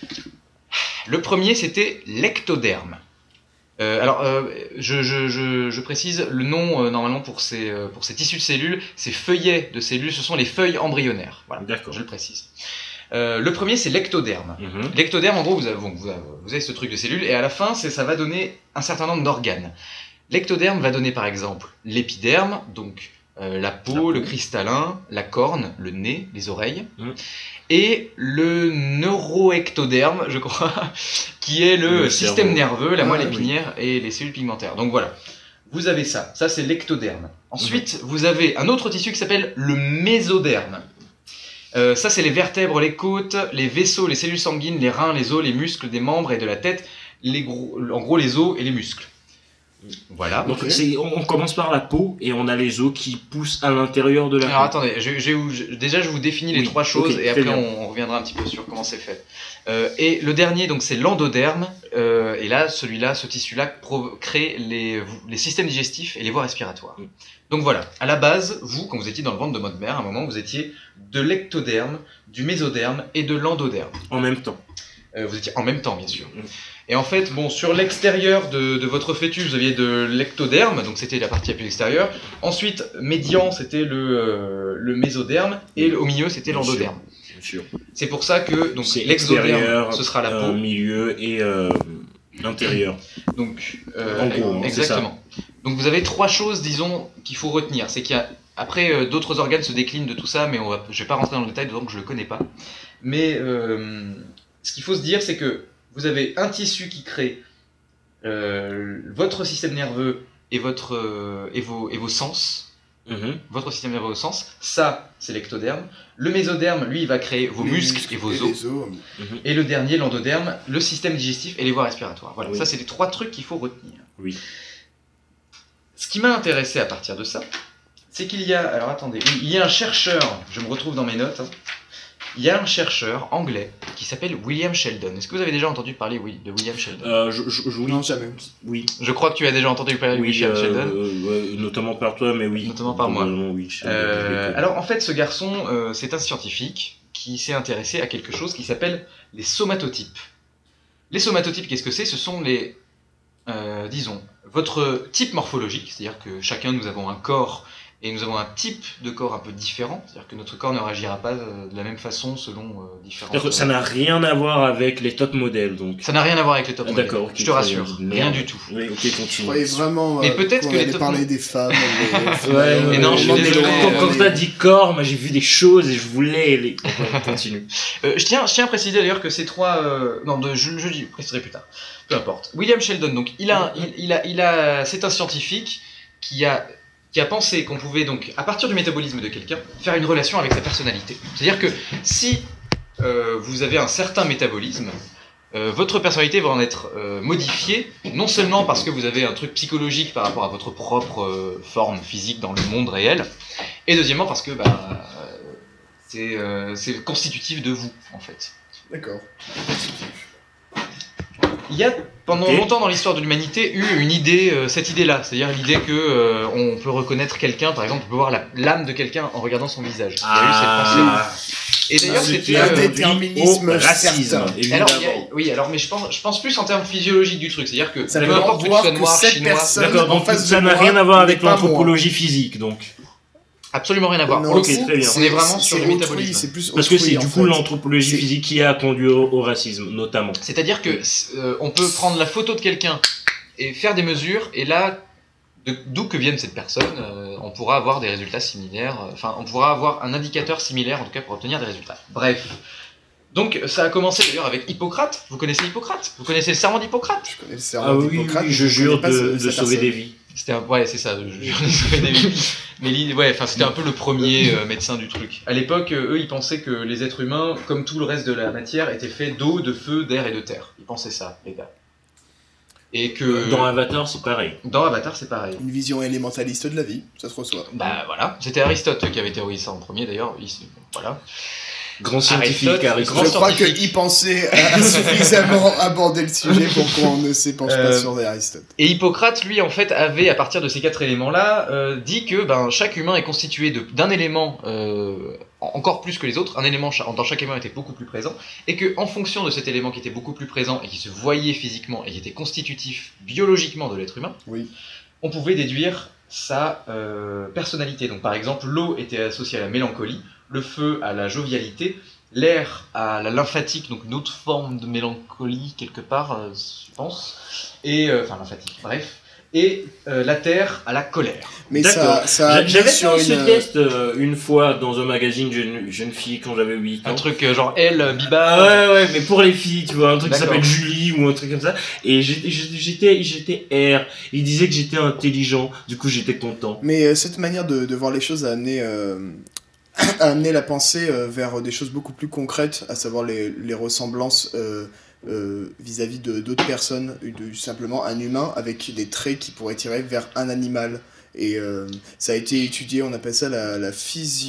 Le premier, c'était l'ectoderme. Euh, alors, euh, je, je, je, je précise, le nom, euh, normalement, pour ces, euh, pour ces tissus de cellules, ces feuillets de cellules, ce sont les feuilles embryonnaires. Voilà, D'accord. je le précise. Euh, le premier, c'est l'ectoderme. Mhm. L'ectoderme, en gros, vous avez, bon, vous avez, vous avez ce truc de cellules, et à la fin, c'est, ça va donner un certain nombre d'organes. L'ectoderme va donner, par exemple, l'épiderme, donc euh, la peau, La peau. le cristallin, la corne, le nez, les oreilles, Mhm. et le neuroectoderme, je crois, qui est le, Le système cerveau. nerveux, la Ah, moelle oui. épinière et les cellules pigmentaires. Donc voilà, vous avez ça, ça c'est l'ectoderme. Ensuite, vous avez un autre tissu qui s'appelle le mésoderme. Euh, ça, c'est les vertèbres, les côtes, les vaisseaux, les cellules sanguines, les reins, les os, les muscles des membres et de la tête, les gros, en gros les os et les muscles. Voilà. Donc Ok. c'est, on, on commence par la peau et on a les os qui poussent à l'intérieur de la Alors peau. attendez, je, je- je- déjà je vous définis les Oui, trois choses ok, et très après bien. on, on reviendra un petit peu sur comment c'est fait. Euh, et le dernier, donc c'est l'endoderme, euh, et là, celui-là, ce tissu-là provo- crée les, les systèmes digestifs et les voies respiratoires. Mm. Donc voilà, à la base, vous, quand vous étiez dans le ventre de votre mère, à un moment, vous étiez de l'ectoderme, du mésoderme et de l'endoderme. En même temps. Euh, vous étiez en même temps, bien sûr. Mm. Et en fait, bon, sur l'extérieur de, de votre fœtus, vous aviez de l'ectoderme, donc c'était la partie la plus extérieure. Ensuite, médian, c'était le, euh, le mésoderme, et le- au milieu, c'était Bien sûr. l'endoderme. Bien sûr. C'est pour ça que donc C'est l'exoderme, extérieur, ce sera la euh, peau. milieu et euh, intérieur. Donc, euh, En gros, hein, c'est exactement. Donc vous avez trois choses, disons, qu'il faut retenir. C'est qu'il y a après euh, d'autres organes se déclinent de tout ça, mais on va, je vais pas rentrer dans le détail, donc je le connais pas. Mais euh, ce qu'il faut se dire, c'est que vous avez un tissu qui crée euh, votre système nerveux et votre euh, et vos et vos sens. Mhm. Votre système nerveux et vos sens. Ça, c'est l'ectoderme. Le mésoderme, lui, il va créer vos Les muscles, et vos os. les os. Et le dernier, l'endoderme, le système digestif et les voies respiratoires. Voilà, Oui. ça c'est les trois trucs qu'il faut retenir. Oui. Ce qui m'a intéressé à partir de ça, c'est qu'il y a, alors attendez, oui, il y a un chercheur, je me retrouve dans mes notes, hein. Il y a un chercheur anglais qui s'appelle William Sheldon. Est-ce que vous avez déjà entendu parler oui, de William Sheldon? Euh, je, je, je- oui. Non, jamais. Oui. Je crois que tu as déjà entendu parler de Oui, William euh, Sheldon. euh, ouais, notamment par toi, mais oui. Notamment par moi. Probablement, oui, je- Euh, je l'ai connu. alors en fait, ce garçon, euh, c'est un scientifique qui s'est intéressé à quelque chose qui s'appelle les somatotypes. Les somatotypes, qu'est-ce que c'est? Ce sont les, euh, disons, votre type morphologique, c'est-à-dire que chacun nous avons un corps et nous avons un type de corps un peu différent, c'est-à-dire que notre corps ne réagira pas euh, de la même façon selon euh, différents. C'est-à-dire que ça n'a rien à voir avec les top modèles, donc. Ça n'a rien à voir avec les top Ah, modèles. d'accord, ok, je te très rassure, bien. rien Merde. du tout. Oui, ok, Je continue. croyais vraiment Mais euh, peut-être qu'on que les allait top- parler des femmes. Mais, Ouais, Mais non, je suis on en désolé. est loin, Quand, on quand est- t'as dit corps, moi j'ai vu des choses et je voulais les. Enfin, continue. Euh, je, tiens, je tiens à préciser d'ailleurs que ces trois... euh, non, de, je, je dis, je préciserai plus tard. Peu importe. William Sheldon, donc, il a, il, il a, il a, c'est un scientifique qui a, qui a pensé qu'on pouvait, donc, à partir du métabolisme de quelqu'un, faire une relation avec sa personnalité. C'est-à-dire que si euh, vous avez un certain métabolisme, euh, votre personnalité va en être euh, modifiée, non seulement parce que vous avez un truc psychologique par rapport à votre propre euh, forme physique dans le monde réel, Et deuxièmement parce que bah, euh, c'est, euh, c'est constitutif de vous, en fait. D'accord. Il y a pendant Ok. longtemps dans l'histoire de l'humanité eu une idée, euh, cette idée-là, c'est-à-dire l'idée que euh, on peut reconnaître quelqu'un, par exemple, on peut voir la, l'âme de quelqu'un en regardant son visage. Il y a eu cette pensée. Et d'ailleurs, Ce c'était qui est un euh, déterminisme au racisme, certain. évidemment. alors, il y a- oui, alors, mais je pense, je pense plus en termes physiologiques du truc, c'est-à-dire que Ça peu veut importe que tu voir sois que noir, cette chinois, personne- D'accord, en donc face de ça n'a moi rien à voir avec n'est pas l'anthropologie physique, donc. absolument rien à voir. Non, Pour le ok, coup, très bien. on est vraiment c'est- sur c'est le autrui, métabolisme. c'est plus Parce que autrui, c'est en du coup fait. l'anthropologie C'est- physique qui a conduit au, au racisme, notamment. C'est-à-dire que euh, on peut prendre la photo de quelqu'un et faire des mesures, et là, de- d'où que vienne cette personne, euh, on pourra avoir des résultats similaires, euh, enfin, on pourra avoir un indicateur similaire, en tout cas, pour obtenir des résultats. Bref. Donc, ça a commencé d'ailleurs avec Hippocrate. Vous connaissez Hippocrate? Vous connaissez le serment d'Hippocrate? Je connais le serment Ah oui, d'Hippocrate, oui, je ne jure connais pas de, sa- de sa sauver des personne. vies. C'était un... Ouais, c'est ça, je, je, je sauver des vies. Mais l'idée- ouais, enfin, c'était un peu le premier euh, médecin du truc. À l'époque, euh, eux, ils pensaient que les êtres humains, comme tout le reste de la matière, étaient faits d'eau, de feu, d'air et de terre. Ils pensaient ça, les gars. Et que... Dans Avatar, c'est pareil. Dans Avatar, c'est pareil. Une vision élémentaliste de la vie, ça se reçoit. Bah voilà, c'était Aristote qui avait théorisé ça en premier d'ailleurs. Il- Voilà. Grand scientifique, Aristote, Aristote. grand Je crois scientifique. qu'il pensait à suffisamment aborder le sujet pour qu'on ne s'épanche pas Euh, sur des Aristote. Et Hippocrate, lui, en fait, avait, à partir de ces quatre éléments-là, euh, dit que ben, chaque humain est constitué de- d'un élément, euh, en- encore plus que les autres, un élément cha- dans chaque humain était beaucoup plus présent, et que en fonction de cet élément qui était beaucoup plus présent et qui se voyait physiquement et qui était constitutif biologiquement de l'être humain, Oui. on pouvait déduire sa euh, personnalité. Donc par exemple, l'eau était associée à la mélancolie, le feu à la jovialité, l'air à la lymphatique, donc une autre forme de mélancolie quelque part, euh, je pense, et euh, enfin lymphatique, bref, et euh, la terre à la colère. Mais D'accord. ça, ça J'a- appuie J'avais fait sur ce une... test euh, une fois dans un magazine jeune, jeune fille quand j'avais huit ans. Un truc euh, genre elle, Biba. Ah ouais, ouais, mais pour les filles, tu vois, un truc qui D'accord. s'appelle Julie ou un truc comme ça. Et j'étais, j'étais, j'étais R. Il disait que j'étais intelligent. Du coup, j'étais content. Mais euh, cette manière de, de voir les choses a amené, euh, a amené la pensée euh, vers des choses beaucoup plus concrètes, à savoir les, les ressemblances euh, euh, vis-à-vis de d'autres personnes, de, simplement un humain avec des traits qui pourraient tirer vers un animal. Et euh, ça a été étudié, on appelle ça la, la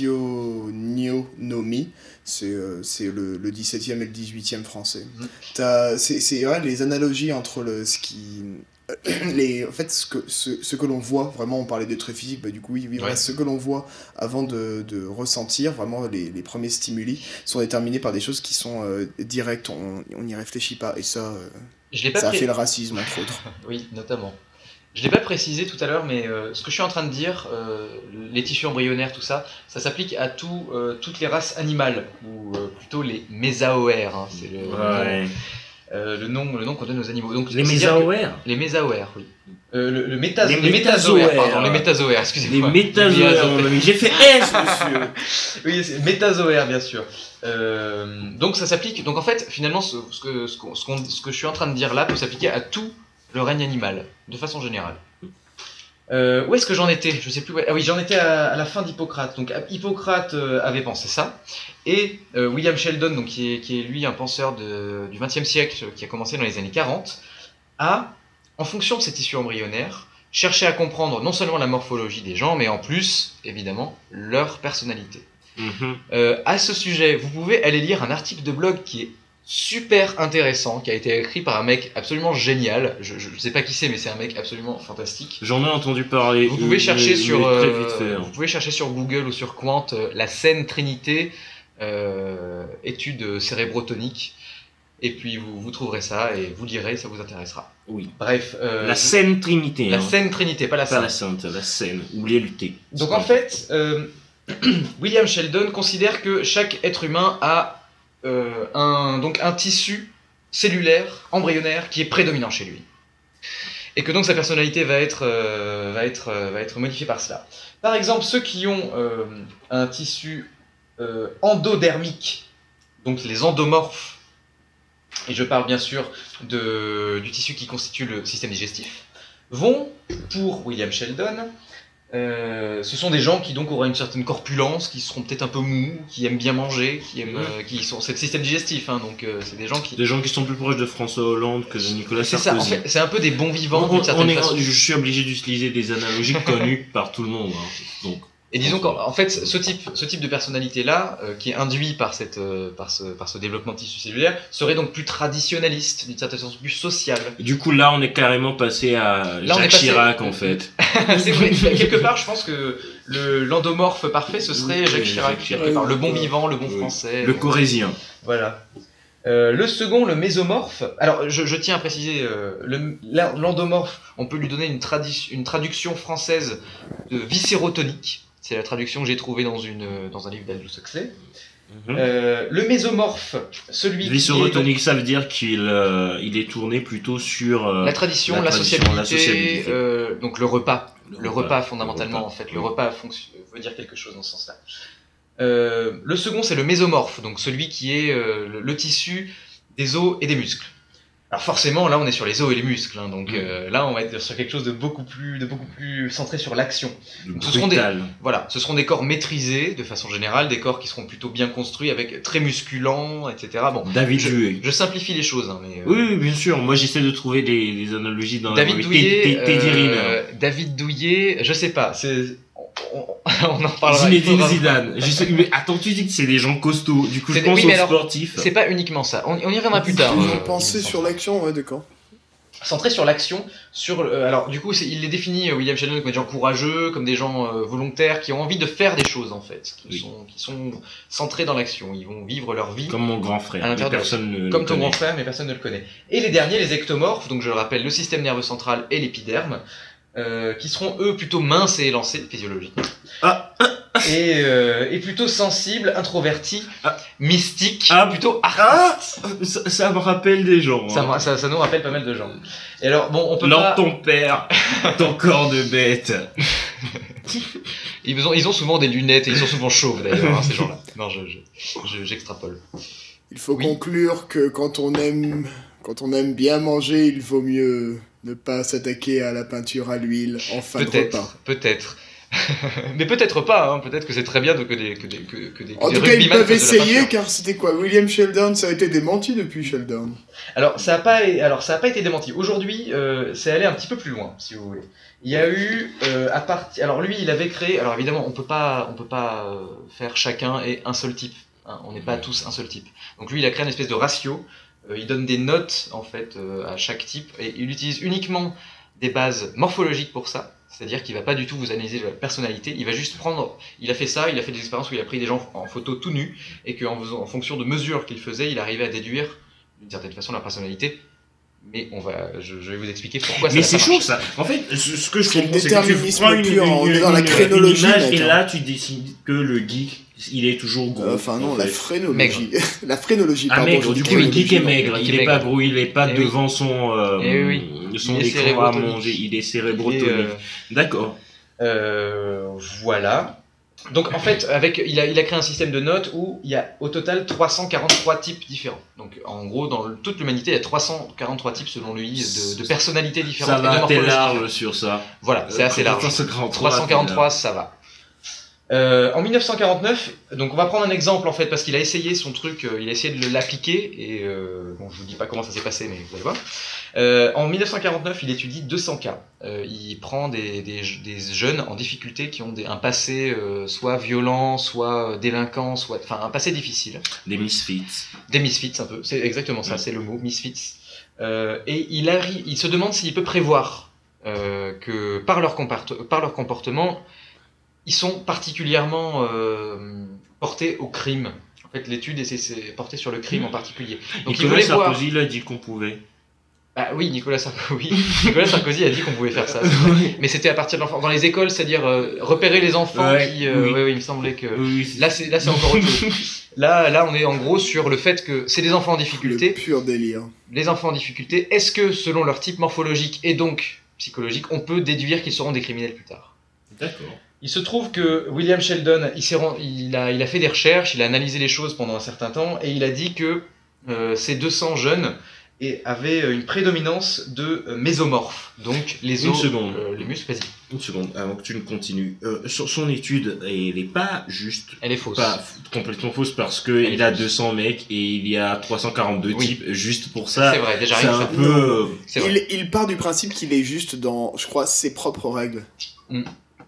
physiognomie. C'est euh, c'est le, le dix-septième et le dix-huitième français. Mhm. T'as- C'est c'est, ouais, les analogies entre le, ce qui... Les, en fait, ce que, ce, ce que l'on voit, vraiment, on parlait de traits physiques, bah, du coup, oui, oui voilà, Ouais. ce que l'on voit avant de, de ressentir, vraiment, les, les premiers stimuli sont déterminés par des choses qui sont euh, directes, on on n'y réfléchit pas, et ça, euh, Je l'ai pas ça a pré- fait le racisme, entre autres. Oui, notamment. Je l'ai pas précisé tout à l'heure, mais euh, ce que je suis en train de dire, euh, les tissus embryonnaires, tout ça, ça s'applique à tout, euh, toutes les races animales, ou euh, plutôt les mésaoères. Hein, c'est le, Ouais. euh, le nom, le nom qu'on donne aux animaux. Donc, Les c'est-à-dire que- mésaoères. Les mésaoères, oui. Euh, le, le métas- Les les métazoaires, métazoaires. pardon, les métazoaires, Les excusez-moi. métazoaires, mon ami. J'ai fait S, monsieur. Oui, c'est métazoaire, bien sûr. Euh, donc ça s'applique. Donc en fait, finalement, ce, ce que, ce, qu'on- ce, qu'on- ce que je suis en train de dire là peut s'appliquer à tout le règne animal, de façon générale. Euh, où est-ce que j'en étais? Je sais plus. où- Ah oui, j'en étais à, à la fin d'Hippocrate. Donc Hippocrate euh, avait pensé ça, et euh, William Sheldon, donc qui est, qui est lui un penseur de, du vingtième siècle, qui a commencé dans les années quarante, a, en fonction de ces tissus embryonnaires, cherché à comprendre non seulement la morphologie des gens, mais en plus, évidemment, leur personnalité. Mhm. Euh, à ce sujet, vous pouvez aller lire un article de blog qui est super intéressant, qui a été écrit par un mec absolument génial. Je, je, je sais pas qui c'est, mais c'est un mec absolument fantastique. J'en ai entendu parler. Vous pouvez euh, chercher mais- sur, mais très euh, vite fait, hein. vous pouvez chercher sur Google ou sur Quant euh, la Saine Trinité, euh, étude cérébrotonique, et puis vous, vous trouverez ça et vous lirez, ça vous intéressera. Oui. Bref, euh, La Saine Trinité. la hein. Saine Trinité, pas la Pas Sainte. la Sainte, la Saine. Oubliez le T. Donc en fait, euh, William Sheldon considère que chaque être humain a euh, un, donc un tissu cellulaire, embryonnaire, qui est prédominant chez lui. Et que donc sa personnalité va être, euh, va être, euh, va être modifiée par cela. Par exemple, ceux qui ont euh, un tissu euh, endodermique, donc les endomorphes, et je parle bien sûr de, du tissu qui constitue le système digestif, vont, pour William Sheldon, euh, ce sont des gens qui donc auront une certaine corpulence, qui seront peut-être un peu mous, qui aiment bien manger, qui aiment, euh, qui sont, c'est le système digestif, hein, donc euh, c'est des gens qui. Des gens qui sont plus proches de François Hollande que de Nicolas C'est ça, Sarkozy. en fait, c'est un peu des bons vivants On- d'une on certaine est- façon. je suis obligé d'utiliser des analogies connues par tout le monde. hein. Donc, Et disons qu'en en fait, ce type, ce type de personnalité-là, euh, qui est induit par, cette, euh, par, ce, par ce développement de tissu cellulaire, serait donc plus traditionnaliste, d'une certaine façon plus social. Et du coup, là, on est carrément passé à Là, on est Jacques passé- Chirac, en fait. C'est vrai, quelque part, je pense que le, l'endomorphe parfait, ce serait Oui, Jacques oui, Chirac, Jacques quelque Chirac. part. Le bon Oui. vivant, le bon Oui. français. Le corésien. Voilà. Euh, le second, le mésomorphe. Alors, je, je tiens à préciser, euh, le, la- l'endomorphe, on peut lui donner une, tradi- une traduction française de viscérotonique. C'est la traduction que j'ai trouvée dans, une, dans un livre d'Aldous Huxley. Mhm. Euh, le mésomorphe, celui qui est Viscérotonique, ça veut dire qu'il euh, il est tourné plutôt sur donc euh, la tradition, la la, tradition, sociabilité, la sociabilité. euh, donc le repas. le, Le repas, fondamentalement, le repas. en fait. Oui. Le repas fonction- veut dire quelque chose dans ce sens-là. Euh, le second, c'est le mésomorphe, donc celui qui est euh, le, le tissu des os et des muscles. Alors forcément, là, on est sur les os et les muscles, hein, donc Mm. euh, là, on va être sur quelque chose de beaucoup plus, de beaucoup plus centré sur l'action. Le Ce seront des- brutal. Voilà, ce seront des corps maîtrisés, de façon générale, des corps qui seront plutôt bien construits, avec très musculants, et cetera. Bon, David je, Douillet. je simplifie les choses, hein, mais... euh, Oui, oui, bien sûr. Moi, j'essaie de trouver des, des analogies dans David la Douillet, T- T- Teddy Riner. euh, David Douillet, je sais pas, c'est... On, on en parlera. Zinedine il faudra- Zidane. Je sais- mais attends, tu dis que c'est des gens costauds. Du coup, C'est je des- pense oui, mais aux alors, sportifs. C'est pas uniquement ça, on, on y reviendra plus tard. Ils euh, ont pensé il me sur semble. l'action, ouais, d'accord. Centré sur l'action, sur euh, alors du coup c'est- il les définit euh, William Sheldon comme des gens courageux, comme des gens euh, volontaires qui ont envie de faire des choses en fait, qui Oui. sont qui sont centrés dans l'action, ils vont vivre leur vie Comme mon grand frère. À l'intérieur mais de- personne ne comme le ton connaît. grand frère mais personne ne le connaît. Et les derniers, les ectomorphes, donc je le rappelle le système nerveux central et l'épiderme, euh, qui seront eux plutôt minces et élancés physiologiquement. Ah. Et, euh, et plutôt sensibles, introvertis, Ah. mystiques, Ah. plutôt Ah artistes. ça, ça me rappelle des gens. Ça, hein. me- ça, ça nous rappelle pas mal de gens. Et alors, bon, on peut Lors pas... ton père, ton corps de bête. Ils ont, ils ont souvent des lunettes et ils sont souvent chauves d'ailleurs, hein, ces gens-là. Non, je, je, je- j'extrapole. Il faut Oui. conclure que quand on aime, quand on aime bien manger, il vaut mieux ne pas s'attaquer à la peinture à l'huile en fin de Peut-être, repas. peut-être. Mais peut-être pas, hein. Peut-être que c'est très bien de, que des, que des, que, que des, que En des tout cas, ils rugbyman peuvent fassent de la essayer, peinture. car c'était quoi William Sheldon, ça a été démenti depuis Sheldon. Alors, ça a pas, alors, ça a pas été démenti. Aujourd'hui, euh, c'est allé un petit peu plus loin, si vous voulez. Il y a eu, euh, à partir, alors lui, il avait créé, alors évidemment, on peut pas, on peut pas euh, faire chacun et un seul type. Hein. On n'est pas tous un seul type. Donc lui, il a créé une espèce de ratio. Euh, il donne des notes, en fait, euh, à chaque type et il utilise uniquement des bases morphologiques pour ça. C'est-à-dire qu'il va pas du tout vous analyser la personnalité, il va juste prendre, il a fait ça, il a fait des expériences où il a pris des gens en photo tout nus, et qu'en faisant, en fonction de mesures qu'il faisait, il arrivait à déduire d'une certaine façon la personnalité. Mais on va, je, je vais vous expliquer pourquoi ça Mais va c'est pas chaud marcher. ça. En fait, ce, ce que je C'est le comprends, c'est que tu déterminisme prends une, pur, une, on est une- dans la une- chronologie, une image mec, et hein. là tu décides que le geek, il est toujours gros. Euh, Enfin non, en la fait. phrénologie. la phrénologie, Ah pardon. maigre, je du dis coup le chronologie, geek est non. maigre, Le geek il est est pas maigre. gros, il est pas Eh oui. devant son, euh, Eh oui. son Il est écran à cérébrotonique. manger, il est Et, cérébrotonique. euh, D'accord. Euh, voilà. Donc en fait, avec, il, a, il a créé un système de notes où il y a au total trois cent quarante-trois types différents. Donc en gros, dans le- toute l'humanité, il y a trois cent quarante-trois types selon lui de, de personnalités différentes. Ça et de va, t'es morphologies large différentes. sur ça. Voilà, c'est assez large. trois cent quarante-trois, trois cent quarante-trois, ça va. Euh, en mille neuf cent quarante-neuf, donc on va prendre un exemple en fait parce qu'il a essayé son truc, euh, il a essayé de l'appliquer et euh, bon je vous dis pas comment ça s'est passé mais vous allez voir. Euh, en mille neuf cent quarante-neuf, il étudie deux cents cas. Euh, il prend des, des, des jeunes en difficulté qui ont des, un passé euh, soit violent, soit délinquant, soit enfin un passé difficile. Des misfits. Des misfits un peu, c'est exactement ça, c'est le mot misfits. Euh, et il, arri- il se demande s'il peut prévoir euh, que par leur, comparte- par leur comportement, ils sont particulièrement euh, portés au crime. En fait, l'étude est, c'est- c'est portée sur le crime en particulier. Donc il Nicolas voulait voir. Sarkozy, il a dit qu'on pouvait. Ah oui, Nicolas Sarkozy. Oui. Nicolas Sarkozy a dit qu'on pouvait faire ça. c'est vrai. Mais c'était à partir de l'enfant. Dans les écoles, c'est-à-dire euh, repérer les enfants Ouais, qui. euh, oui. ouais, ouais, il me semblait que. Oui, c'est- Là, c'est là, c'est encore autre chose. Là, là, on est en gros sur le fait que c'est des enfants en Le difficulté. pur délire. Les enfants en difficulté, est-ce que selon leur type morphologique et donc psychologique, on peut déduire qu'ils seront des criminels plus tard? D'accord. Il se trouve que William Sheldon, il, s'est rend- il, a, il a fait des recherches, il a analysé les choses pendant un certain temps et il a dit que euh, ces deux cents jeunes et avaient une prédominance de euh, mésomorphes, donc les Une os, seconde. euh, les muscles, vas-y, Une seconde, avant que tu ne continues. Euh, sur son étude, elle n'est pas juste elle est fausse. pas f- complètement fausse parce Elle qu'il est a fausse. deux cents mecs et il y a trois cent quarante-deux Oui. types juste pour ça. C'est vrai, déjà C'est rien que un ça. peu. euh, C'est vrai. Il, il part du principe qu'il est juste dans, je crois, ses propres règles.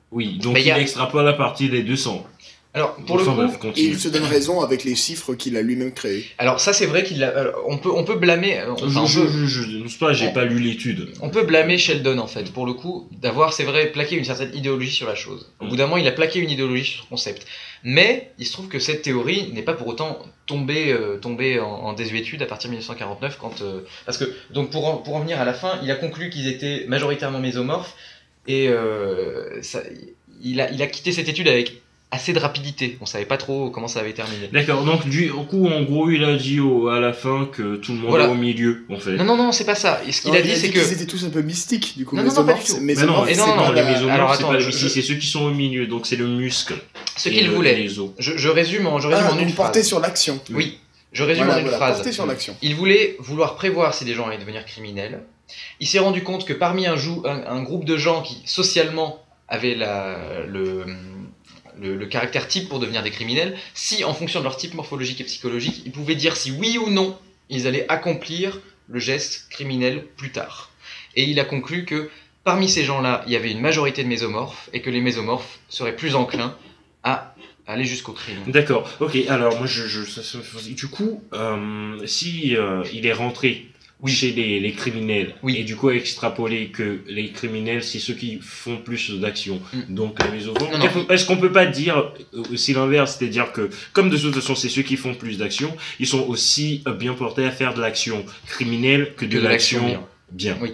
Oui, donc Mais il y a- extrapole à partir des deux cents. Alors, pour Enfin, le coup, bref, Et continue. il se donne raison avec les chiffres qu'il a lui-même créés. alors ça c'est vrai qu'il a, alors, on peut on peut blâmer, euh, enfin, on Je, peut, je, je, je dénonce pas, j'ai on- pas lu l'étude. on peut blâmer Sheldon en fait pour le coup d'avoir, c'est vrai, plaqué une certaine idéologie sur la chose. Au bout d'un moment, il a plaqué une idéologie sur ce concept. Mais il se trouve que cette théorie n'est pas pour autant tombée euh, tombée en, en désuétude à partir de mille neuf cent quarante-neuf quand euh, parce que donc pour en, pour en venir à la fin, il a conclu qu'ils étaient majoritairement mésomorphes et euh, ça, il a il a quitté cette étude avec assez de rapidité. On savait pas trop comment ça avait terminé. D'accord, donc du coup, en gros, il a dit au, à la fin que tout le monde Voilà. est au milieu, en fait. Non non non, c'est pas ça. Et ce qu'il Non, a dit c'est que qu'ils étaient tous un peu mystiques, du coup. Non, non, non, pas du Mésomorphes, tout. c'est- Mais non, Mésomorphes, et non, c'est non, pas non, les la- mésomorphes, alors, c'est attends, pas je- le ici, c'est ceux qui sont au milieu, donc c'est le muscle. ce et qu'il le- voulait. les os. Je, je résume en je résume Ah, en une donc porté phrase. sur l'action. Oui, je résume Voilà, en une voilà, phrase. porté sur l'action. Il voulait vouloir prévoir si les gens allaient devenir criminels. Il s'est rendu compte que parmi un, jou- un, un groupe de gens qui socialement avaient la, le, le, le caractère type pour devenir des criminels, si en fonction de leur type morphologique et psychologique, ils pouvaient dire si oui ou non ils allaient accomplir le geste criminel plus tard. Et il a conclu que parmi ces gens-là, il y avait une majorité de mésomorphes et que les mésomorphes seraient plus enclins à aller jusqu'au crime. D'accord, ok, alors moi je. je ça, ça- du coup, euh, si euh, il est rentré Oui. chez les, les criminels, Oui. et du coup a extrapolé que les criminels c'est ceux qui font plus d'actions, Mm. donc les mésomorphes. Non, non. Est-ce qu'on peut pas dire aussi l'inverse, c'est-à-dire que comme de toute façon c'est ceux qui font plus d'actions, ils sont aussi euh, bien portés à faire de l'action criminelle que de, Que de l'action l'action bien. Oui.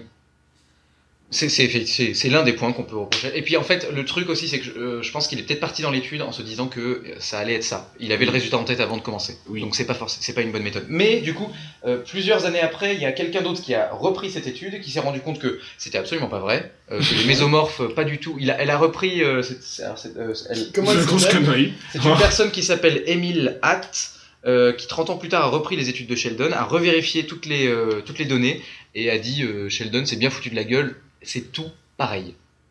C'est, c'est, c'est, c'est l'un des points qu'on peut reprocher. Et puis en fait, le truc aussi, c'est que je, euh, je pense qu'il est peut-être parti dans l'étude en se disant que euh, ça allait être ça. Il avait le résultat en tête avant de commencer. Oui. Donc c'est pas forcément, c'est pas une bonne méthode. Mais du coup, euh, plusieurs années après, il y a quelqu'un d'autre qui a repris cette étude, qui s'est rendu compte que c'était absolument pas vrai, euh, que les mésomorphes, euh, pas du tout. Il a, elle a repris. Euh, cette, alors, cette, euh, elle- Comment C'est elle une grosse s'appelle connerie. c'est une personne qui s'appelle Emile Hatt, euh, qui trente ans plus tard a repris les études de Sheldon, a revérifié toutes les, euh, toutes les données et a dit euh, Sheldon c'est bien foutu de la gueule, c'est tout pareil.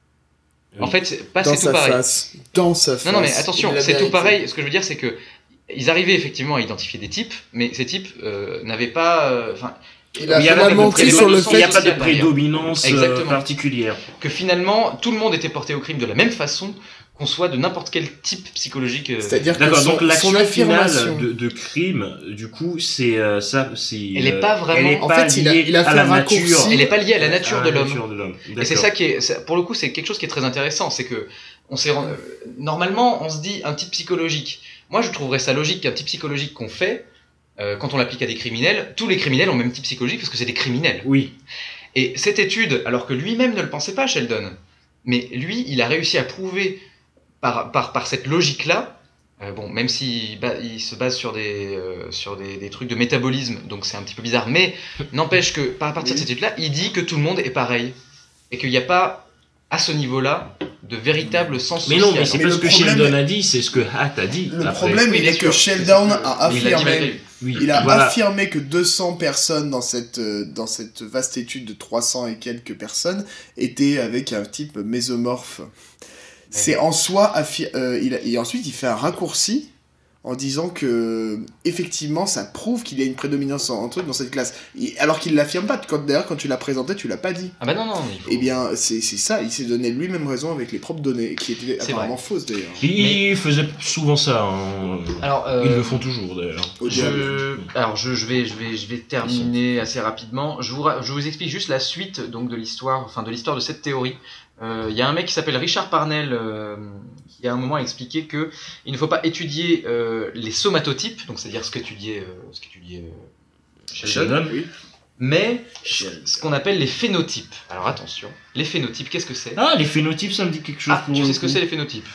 En Oui. fait, c'est, pas Dans c'est tout sa pareil. face. Dans sa face. Non, non, mais attention, La c'est tout vérité. pareil. Ce que je veux dire, c'est que ils arrivaient effectivement à identifier des types, mais ces types euh, n'avaient pas. euh, Enfin, Il a il y avait vraiment des- menti sur le des- Il n'y a fait pas de derrière. prédominance euh, Exactement. particulière. que finalement, tout le monde était porté au crime de la même façon, qu'on soit de n'importe quel type psychologique. euh, C'est-à-dire que D'accord, son, donc l'action son affirmation. finale de, de crime, du coup, c'est euh, ça, c'est. Elle est euh, pas vraiment- elle est En pas fait, il a- liée il a à fait la un raccourci. nature. Elle n'est pas liée à la nature À de la l'homme. nature de l'homme. Et c'est D'accord. ça qui est, c'est- pour le coup, c'est quelque chose qui est très intéressant, c'est que on s'est, rend- euh, normalement, on se dit un type psychologique. Moi, je trouverais ça logique qu'un type psychologique qu'on fait, euh, quand on l'applique à des criminels, tous les criminels ont le même type psychologique parce que c'est des criminels. Oui. Et cette étude, alors que lui-même ne le pensait pas, Sheldon, mais lui, il a réussi à prouver par, par, par cette logique-là, euh, bon, même s'il ba- il se base sur, des, euh, sur des, des trucs de métabolisme, donc c'est un petit peu bizarre, mais n'empêche que, par- à partir de cette étude-là, il dit que tout le monde est pareil. Et qu'il n'y a pas, à ce niveau-là, de véritable sens Mais social. non, mais c'est Mais pas le ce que problème- Sheldon a dit, c'est ce que Hatt a dit. Le après. problème, Oui, il bien est que sûr. Sheldon C'est- a il l'a dit malgré affirmé. lui. Oui, Il a voilà. affirmé que deux cents personnes dans cette, euh, dans cette vaste étude de trois cents et quelques personnes étaient avec un type mésomorphe. C'est en soi... affi- euh, il a- et ensuite, il fait un raccourci en disant que, effectivement, ça prouve qu'il y a une prédominance en, en truc dans cette classe. Et- alors qu'il l'affirme pas. Quand, d'ailleurs, quand tu l'as présenté, tu l'as pas dit. Ah bah non, non, il faut... Eh bien, c'est c'est ça. Il s'est donné lui-même raison avec les propres données, qui étaient C'est apparemment fausses, d'ailleurs. Il faisait souvent ça. Hein. Alors, euh, Ils le font toujours, d'ailleurs. Au diable. Je... Alors je, je, vais, je, vais, je vais terminer assez rapidement. Je vous, ra- je vous explique juste la suite donc, de l'histoire, enfin de l'histoire de cette théorie. Il y a un mec qui s'appelle Richard Parnell euh, qui à un moment a expliqué que il ne faut pas étudier euh, les somatotypes, donc c'est-à-dire ce qu'étudiait euh, ce qu'étudiait euh, Sheldon, Sheldon. Oui. mais Sheldon. ce qu'on appelle les phénotypes. Alors attention, les phénotypes, qu'est-ce que c'est? Ah, les phénotypes, ça me dit quelque chose. Ah, pour tu le sais ce que coup. c'est les phénotypes?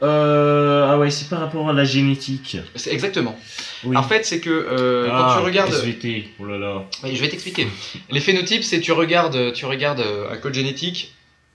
Euh, ah ouais, c'est par rapport à la génétique. C'est exactement. Oui. En fait, c'est que euh, ah, quand tu regardes... S V T, oh là là. Oui, je vais t'expliquer. Les phénotypes, c'est tu regardes, tu regardes euh, un code génétique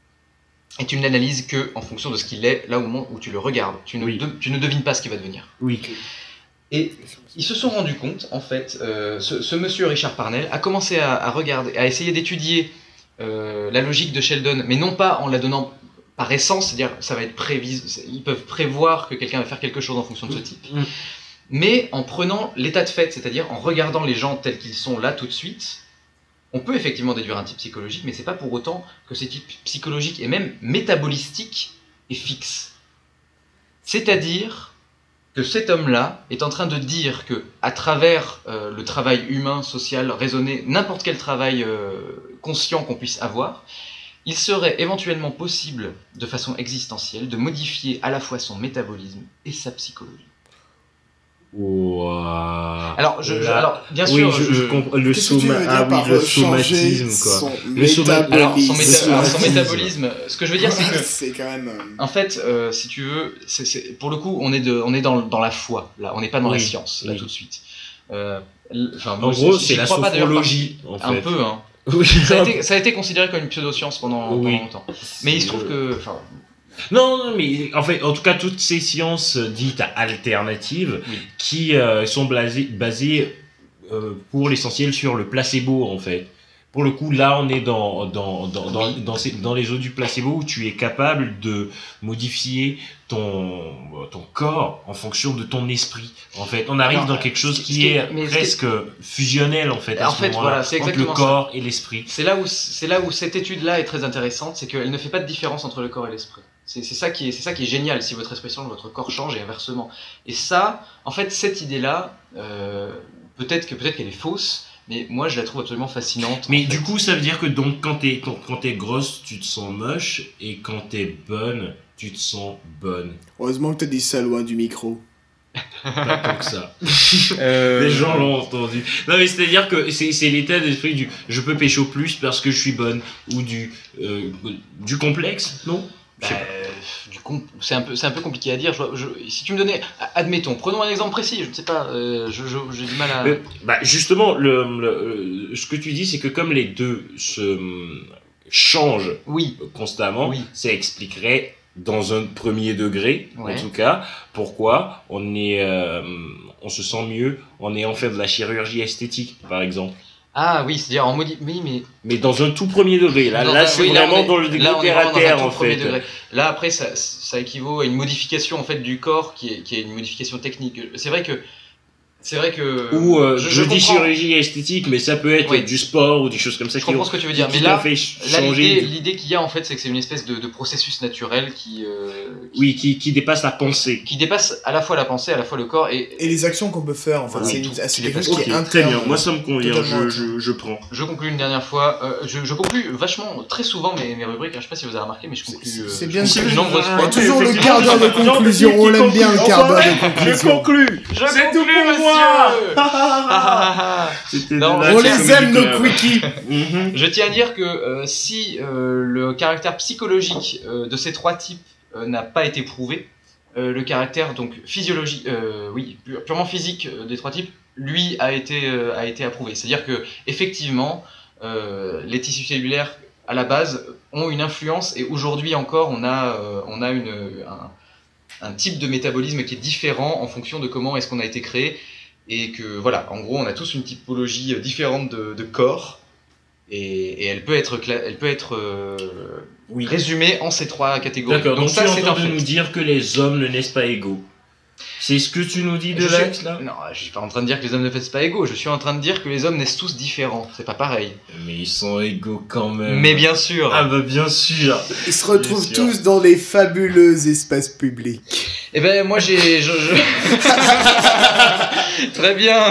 et tu ne l'analyses que en fonction de ce qu'il est là au moment où tu le regardes. Tu ne, Oui. de- tu ne devines pas ce qu'il va devenir. Oui. Et ils se sont rendus compte, en fait, euh, ce, ce monsieur Richard Parnell a commencé à, à regarder, à essayer d'étudier euh, la logique de Sheldon, mais non pas en la donnant par essence, c'est-à-dire ça va être prévis, ils peuvent prévoir que quelqu'un va faire quelque chose en fonction de ce type, Mm. mais en prenant l'état de fait, c'est-à-dire en regardant les gens tels qu'ils sont là tout de suite. On peut effectivement déduire un type psychologique, mais c'est pas pour autant que ces types psychologiques et même métabolistiques est fixe. C'est-à-dire que cet homme-là est en train de dire que, à travers euh, le travail humain, social, raisonné, n'importe quel travail euh, conscient qu'on puisse avoir, il serait éventuellement possible, de façon existentielle, de modifier à la fois son métabolisme et sa psychologie. Wow. Alors, je, je- alors bien oui, sûr, je, je- je comprends le Qu'est-ce que tu soma- veux dire ah oui, par le changer somatisme quoi. son Le soma- métabolisme alors, son, méta- métabolisme. alors, son métabolisme, ce que je veux dire, c'est que, C'est quand même... euh, en fait, euh, si tu veux, c'est, c'est, pour le coup, on est, de, on est dans, dans la foi, là, on n'est pas dans Oui, la science, là, oui. tout de suite. Euh, l- enfin, En moi, gros, j'y c'est la crois pas, d'ailleurs, sophrologie en par- fait. un peu, hein. Oui, Ça a, été, ça a été considéré comme une pseudo-science pendant, pendant Oui. longtemps. Mais il se trouve que, enfin, Non, non, mais en fait, en tout cas, toutes ces sciences dites alternatives Oui. qui euh, sont basées, basées euh, pour l'essentiel sur le placebo, en fait. Pour le coup, là, on est dans, dans, dans, dans, Oui. dans, ces- dans les eaux du placebo où tu es capable de modifier ton, ton corps en fonction de ton esprit. En fait, on arrive Non, dans quelque chose ce qui, qui est- est mais ce qui est- presque fusionnel, en fait, à En ce fait, moment-là, voilà, c'est entre le exactement ça. corps et l'esprit. c'est là où, c'est là où cette étude-là est très intéressante, c'est qu'elle ne fait pas de différence entre le corps et l'esprit. C'est, c'est, ça qui est, c'est ça qui est génial, si votre esprit change, votre corps change et inversement. Et ça, en fait, cette idée-là, euh, peut-être, que, peut-être qu'elle est fausse, mais moi je la trouve absolument fascinante. Mais en du fait. coup, ça veut dire que donc quand t'es quand, quand t'es grosse, tu te sens moche, et quand t'es bonne, tu te sens bonne. Heureusement que t'as dit ça loin du micro. Pas tant que ça. Euh, Les gens l'ont entendu. Non mais c'est-à-dire que c'est c'est l'état d'esprit du je peux pécho plus parce que je suis bonne, ou du euh, du complexe, non? Je sais Bah, pas. du coup, c'est un peu, c'est un peu compliqué à dire. Je, je- si tu me donnais, admettons, prenons un exemple précis. Je ne sais pas, euh, je, je- j'ai du mal à. Euh, bah justement, le, le- ce que tu dis, c'est que comme les deux se hum, changent Oui, constamment, Oui. ça expliquerait dans un premier degré, Ouais. en tout cas, pourquoi on est, euh, on se sent mieux en ayant fait de la chirurgie esthétique, par exemple. ah oui, c'est-à-dire en modi... Oui, mais Mais dans un tout premier degré. Là, Dans là un- c'est oui, là, vraiment on est- dans le degré là, on est terre à vraiment dans un terre, tout en premier fait. degré. Là, après, ça, ça équivaut à une modification en fait du corps qui est, qui est une modification technique. C'est vrai que, c'est vrai que. Ou euh, je, je, je dis comprends. chirurgie esthétique, mais ça peut être Oui. du sport ou des choses comme ça Je qui comprends ont, ce que tu veux qui, dire, qui mais t'ont là, fait là, changer. l'idée, l'idée qu'il y a en fait, c'est que c'est une espèce de, de processus naturel qui, euh, qui, Oui, qui, qui dépasse la pensée. qui dépasse à la fois la pensée, à la fois le corps et. Et les actions qu'on peut faire, enfin, Voilà, c'est, tout- une- c'est tout quelque chose dépasse. qui est Ok, très interne. bien. Moi, ça me convient. Totalement Je, je, je prends. Je conclue une dernière fois. Euh, je, je conclue vachement, très souvent mes, mes rubriques. hein. Je sais pas si vous avez remarqué, mais je conclue. C'est- euh, c'est je bien, conclue c'est- de nombreuses Il y fois. a toujours le Effectivement, quart d'heure de Jean-Baptiste conclusion, qui on l'aime bien le conclut. quart d'heure de Je conclusion. conclus. Je C'est tout conclue, pour monsieur. moi. Ah, ah, ah. C'était Non, de la On les Comedy aime, nos Club. quickies. Mhm. Je tiens à dire que euh, si euh, le caractère psychologique euh, de ces trois types euh, n'a pas été prouvé, euh, le caractère donc physiologique, euh, oui, pu- purement physique euh, des trois types, lui a été euh, a été approuvé. C'est-à-dire que effectivement, euh, les tissus cellulaires à la base ont une influence et aujourd'hui encore, on a euh, on a une un, un type de métabolisme qui est différent en fonction de comment est-ce qu'on a été créé. Et que voilà, en gros, on a tous une typologie euh, différente de, de corps, et, et elle peut être, cla- elle peut être euh, Oui. résumée en ces trois catégories. D'accord, donc, ça, tu es c'est en un train de fait. nous dire que les hommes ne naissent pas égaux. C'est ce que tu nous dis de Je l'axe, suis- là? Non, je suis pas en train de dire que les hommes ne naissent pas égaux. Je suis en train de dire que les hommes naissent tous différents. C'est pas pareil. Mais ils sont égaux quand même. Mais bien sûr. Ah bah bien sûr. Ils se retrouvent Bien sûr. tous dans les fabuleux espaces publics. Eh ben moi j'ai. je- je- Très bien.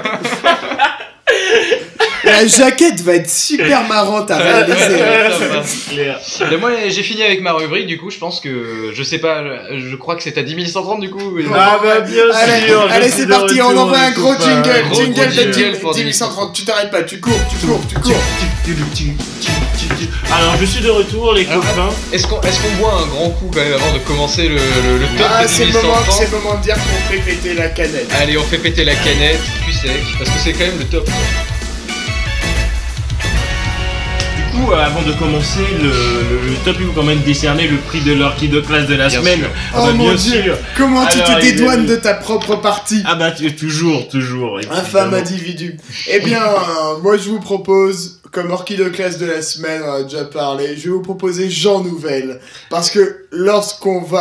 La jaquette va être super marrante à réaliser. hein. Ça va. C'est clair. Ben, moi j'ai fini avec ma rubrique. Du coup, je pense que je sais pas. Je crois que c'est à dix mille cent trente du coup. mais- Ah bah bien Allez, sûr. je allez suis c'est de parti, on retour, envoie un les gros copains. jingle, Gros, jingle gros de jingle pour dix mille cent dix trente, tu t'arrêtes pas, tu cours, tu cours, tu cours. Alors je suis de retour les Alors, copains. Est-ce qu'on est-ce qu'on boit un grand coup quand même avant de commencer le, le, le top Ah, de c'est dix le, mille moment, cent trente? c'est le moment de dire qu'on fait péter la canette. Allez, on fait péter la canette, cul sec, parce que c'est quand même le top. Du coup, euh, avant de commencer, le, le, le top, il faut quand même décerner le prix de l'orchid de classe de la Bien semaine. sûr. Ah Oh bah, mon bien Dieu. sûr. Comment tu Alors, te il est- dédouanes de ta propre partie, Ah bah tu- toujours, toujours. infâme évidemment. individu. Eh bien, euh, moi je vous propose, comme orchid de classe de la semaine, on a déjà parlé, je vais vous proposer Jean Nouvel. Parce que lorsqu'on va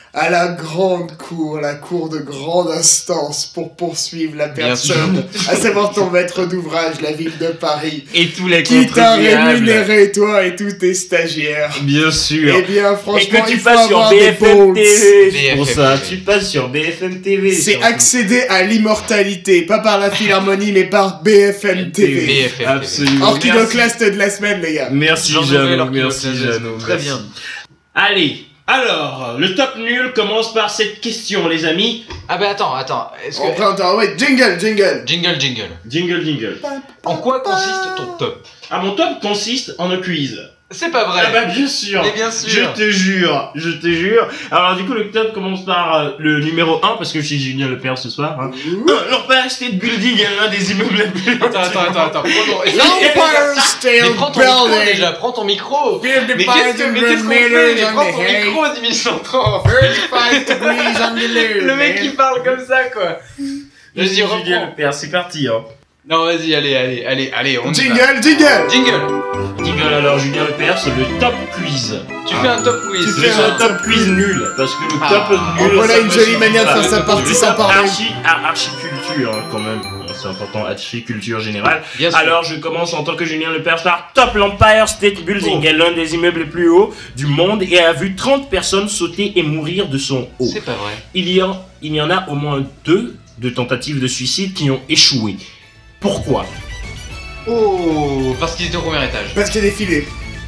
à la grande cour, la cour de grande instance pour poursuivre la Bien personne, à savoir ton maître d'ouvrage, la ville de Paris, Et tous les qui t'a contribuables. rémunéré, toi et tous tes stagiaires. Bien sûr. Eh bien, Et franchement, que tu il faut passes sur avoir B des F M balls. T V. C'est pour B F M ça, T V. tu passes sur B F M T V. C'est surtout. accéder à l'immortalité, pas par la Philharmonie, mais par B F M T V. B F M T V. Absolument. Orchidoclaste de la semaine, les gars. Merci Jean Jeannot, Nouvel, merci Orchidoclaste, Jeannot. très merci. bien. Allez, alors, le top nul commence par cette question, les amis. Ah bah attends, attends. Est-ce On que... prend un temps, ouais, jingle, jingle. Jingle, jingle. Jingle, jingle. En quoi consiste ton top? Ah, mon top consiste en un quiz. C'est pas vrai. Ah bah bien sûr. Mais bien sûr. Je te jure, je te jure. Alors du coup, le top commence par euh, le numéro un, parce que je suis Julien Lepers ce soir. Hein. Euh, L'Empire State Building est l'un des immeubles les plus... Attends, attends, attends, attends. Prends ton- L'Empire Mais State prends ton micro Building. déjà, prends ton micro. Mais fifty-five qu'est-ce que mais qu'est-ce qu'on fait? meters Mais on prends the ton hay. micro, Dimitri Lantran. thirty-five degrees on the loo, Le mec man. il parle comme ça quoi. Je Vas-y, suis Julien reprends. Lepers, c'est parti. Hein. Non, vas-y, allez, allez, allez, allez, on y va. Jingle, jingle. Jingle. Jingle alors, Julien Lepers, c'est le top quiz. Tu fais un top quiz. Tu Je fais fais un un top quiz nul, parce que le Ah. top nul... Oh, voilà ça une me jolie suffit manière de pas. faire sa partie Le sans top parler. archi, ar- archiculture hein, quand même, c'est important, archiculture générale. Bien sûr. Alors je commence en tant que Julien Lepers par Top l'Empire State Building, Oh. est l'un des immeubles les plus hauts du monde et a vu trente personnes sauter et mourir de son haut. C'est pas vrai. Il y, en, il y en a au moins deux de tentatives de suicide qui ont échoué. Pourquoi? Oh, parce qu'ils étaient au premier étage. Parce qu'il y a des filets.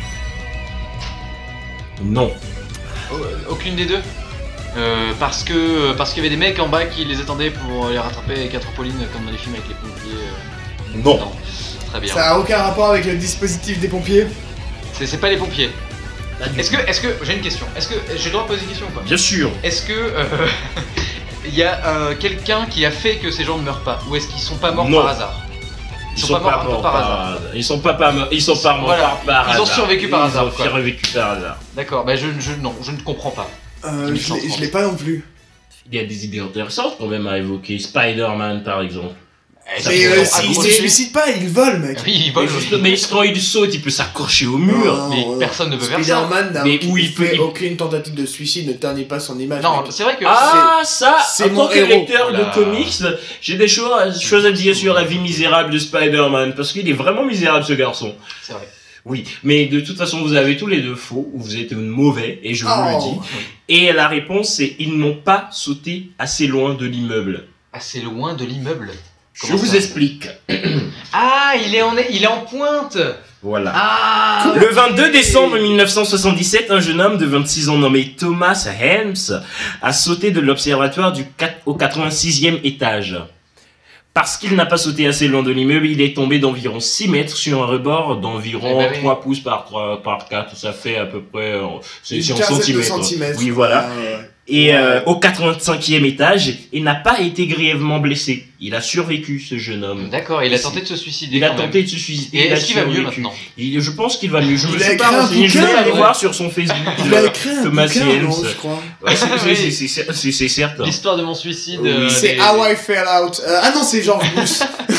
Non. Oh, euh, aucune des deux. Euh, parce que parce qu'il y avait des mecs en bas qui les attendaient pour les rattraper avec un trampoline comme dans les films avec les pompiers. euh. Non. Non. Très bien. Ça a aucun rapport avec le dispositif des pompiers. C'est c'est pas les pompiers. Est-ce que est-ce que j'ai une question. Est-ce que j'ai le droit de poser une question ou pas? Bien sûr. Est-ce que euh, il y a euh, quelqu'un qui a fait que ces gens ne meurent pas, ou est-ce qu'ils sont pas morts Non. par hasard? Ils sont pas morts un peu par hasard. Ils sont pas, pas morts. Ils sont pas morts Voilà. par, par Ils ont hasard. survécu par hasard, Ils ont quoi. survécu par hasard. D'accord. Bah je je non, je ne comprends pas. Euh, je l'ai- je l'ai pas non plus. Il y a des idées intéressantes quand même à évoquer. Spider-Man par exemple. Eh, Ça Mais peut euh, leur s'il accrocher. se suicide pas, il vole, mec. Oui, il Mais, vole. juste- mais quand il saute, il peut s'accrocher au mur. Non, Mais non, personne ne peut faire ça. Spider-Man n'a Mais aucune- où il peut- fait il- aucune tentative de suicide, ne ternit pas son image. Non, mec. c'est vrai que Ah ça, c'est en mon tant que héros. lecteur Voilà. de comics, j'ai des choses, choses à dire sur la vie misérable de Spider-Man, parce qu'il est vraiment misérable ce garçon. c'est vrai. Oui, mais de toute façon vous avez tous les deux faux, vous êtes mauvais, et je vous le Oh. dis. Et la réponse c'est ils n'ont pas sauté assez loin de l'immeuble. Assez loin de l'immeuble. Je Comment vous ça explique. Ah, il est en il est en pointe. Voilà. Ah. Le vingt-deux décembre mille neuf cent soixante-dix-sept, un jeune homme de vingt-six ans nommé Thomas Helms a sauté de l'observatoire du quatre- au quatre-vingt-sixième étage. Parce qu'il n'a pas sauté assez loin de l'immeuble, il est tombé d'environ six mètres sur un rebord d'environ Eh ben oui. trois pouces par trois par quatre. Ça fait à peu près... euh, C'est Une c'est en quinzaine de centimètres. centimètres. Oui, voilà. Ah, ouais. Et euh, au quatre-vingt-cinquième étage, il n'a pas été grièvement blessé. Il a survécu, ce jeune homme. D'accord, il a tenté de se suicider. Il a quand même. tenté de se suicider. Et il a est-ce qu'il va mieux survécu. maintenant? Il- je pense qu'il va mieux. Je Il me a suis pas écrit un renseigné. Je bouquin, vais aller ouais. voir sur son Facebook. Il a écrit un Thomas bouquin, Helms. non, je crois. Ouais, c'est- c'est- Oui. c'est- c'est- c'est- c'est certain. L'histoire de mon suicide. Oui, euh, C'est les- How I Fell Out. Euh, ah non, c'est George Bush.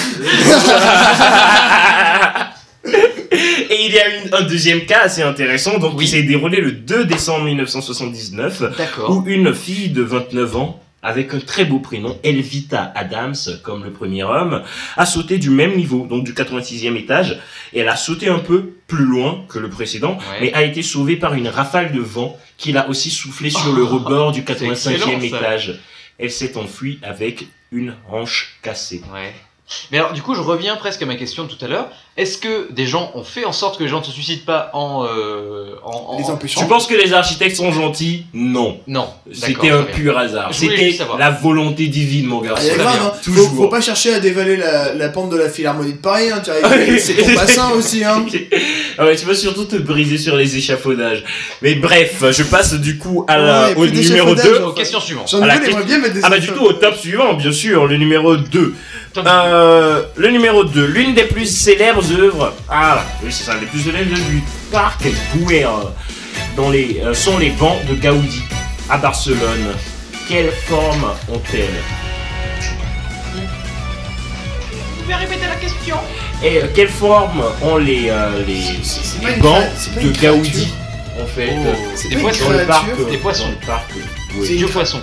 Et il y a une- un deuxième cas assez intéressant, donc Oui. qui s'est déroulé le deux décembre mille neuf cent soixante-dix-neuf, D'accord. où une fille de vingt-neuf ans, avec un très beau prénom, Elvita Adams, comme le premier homme, a sauté du même niveau, donc du quatre-vingt-sixième étage, et elle a sauté un peu plus loin que le précédent, Ouais. mais a été sauvée par une rafale de vent qui l'a aussi soufflé sur le rebord du quatre-vingt-cinquième excellent, ça. étage. Elle s'est enfuie avec une hanche cassée. Ouais. Mais alors, du coup, je reviens presque à ma question de tout à l'heure. Est-ce que des gens ont fait en sorte que les gens ne se suicident pas en. Euh, en, en- Les empêchant. Tu penses que les architectes sont gentils? Non. Non. C'était d'accord, un très bien. pur hasard. Je voulais C'était juste savoir. la volonté divine, mon Ah, garçon. y a Très grave, bien. hein. Faut, Toujours. faut pas chercher à dévaler la, la pente de la Philharmonie de Paris, hein. Tu vois, Ah oui, c'est ton bassin aussi, hein. Ah ouais, tu vas surtout te briser sur les échafaudages. Mais bref, je passe du coup à la, Ouais, au plus numéro d'échafaudage, deux. en fait. Question suivante. J'en À la ai j'aimerais bien mettre des Ah bah du coup au top suivant, bien sûr, le numéro deux. Top. Euh, le numéro deux, l'une des plus célèbres œuvres, ah oui c'est ça, les plus célèbres œuvres du Parc Güell, dont les, euh, sont les bancs de Gaudi à Barcelone. Quelle forme ont-elles? Vous pouvez répéter la question? Et euh, quelle forme ont les, euh, les, C'est- c'est les pas une bancs créa- c'est pas de une créature. Gaudi en fait Oh, euh, C'est des pas une poissons. dans le créature. parc, euh, Des poissons. dans le parc Oui. C'est dieu poisson.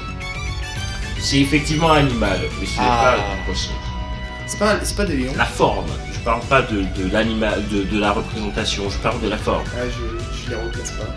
C'est effectivement un animal, mais ce n'est Ah. pas un poisson. C'est pas, c'est pas des lions. La forme, je parle pas de, de l'animal, de, de la représentation, je parle de la forme. Ah, je, je les replace pas.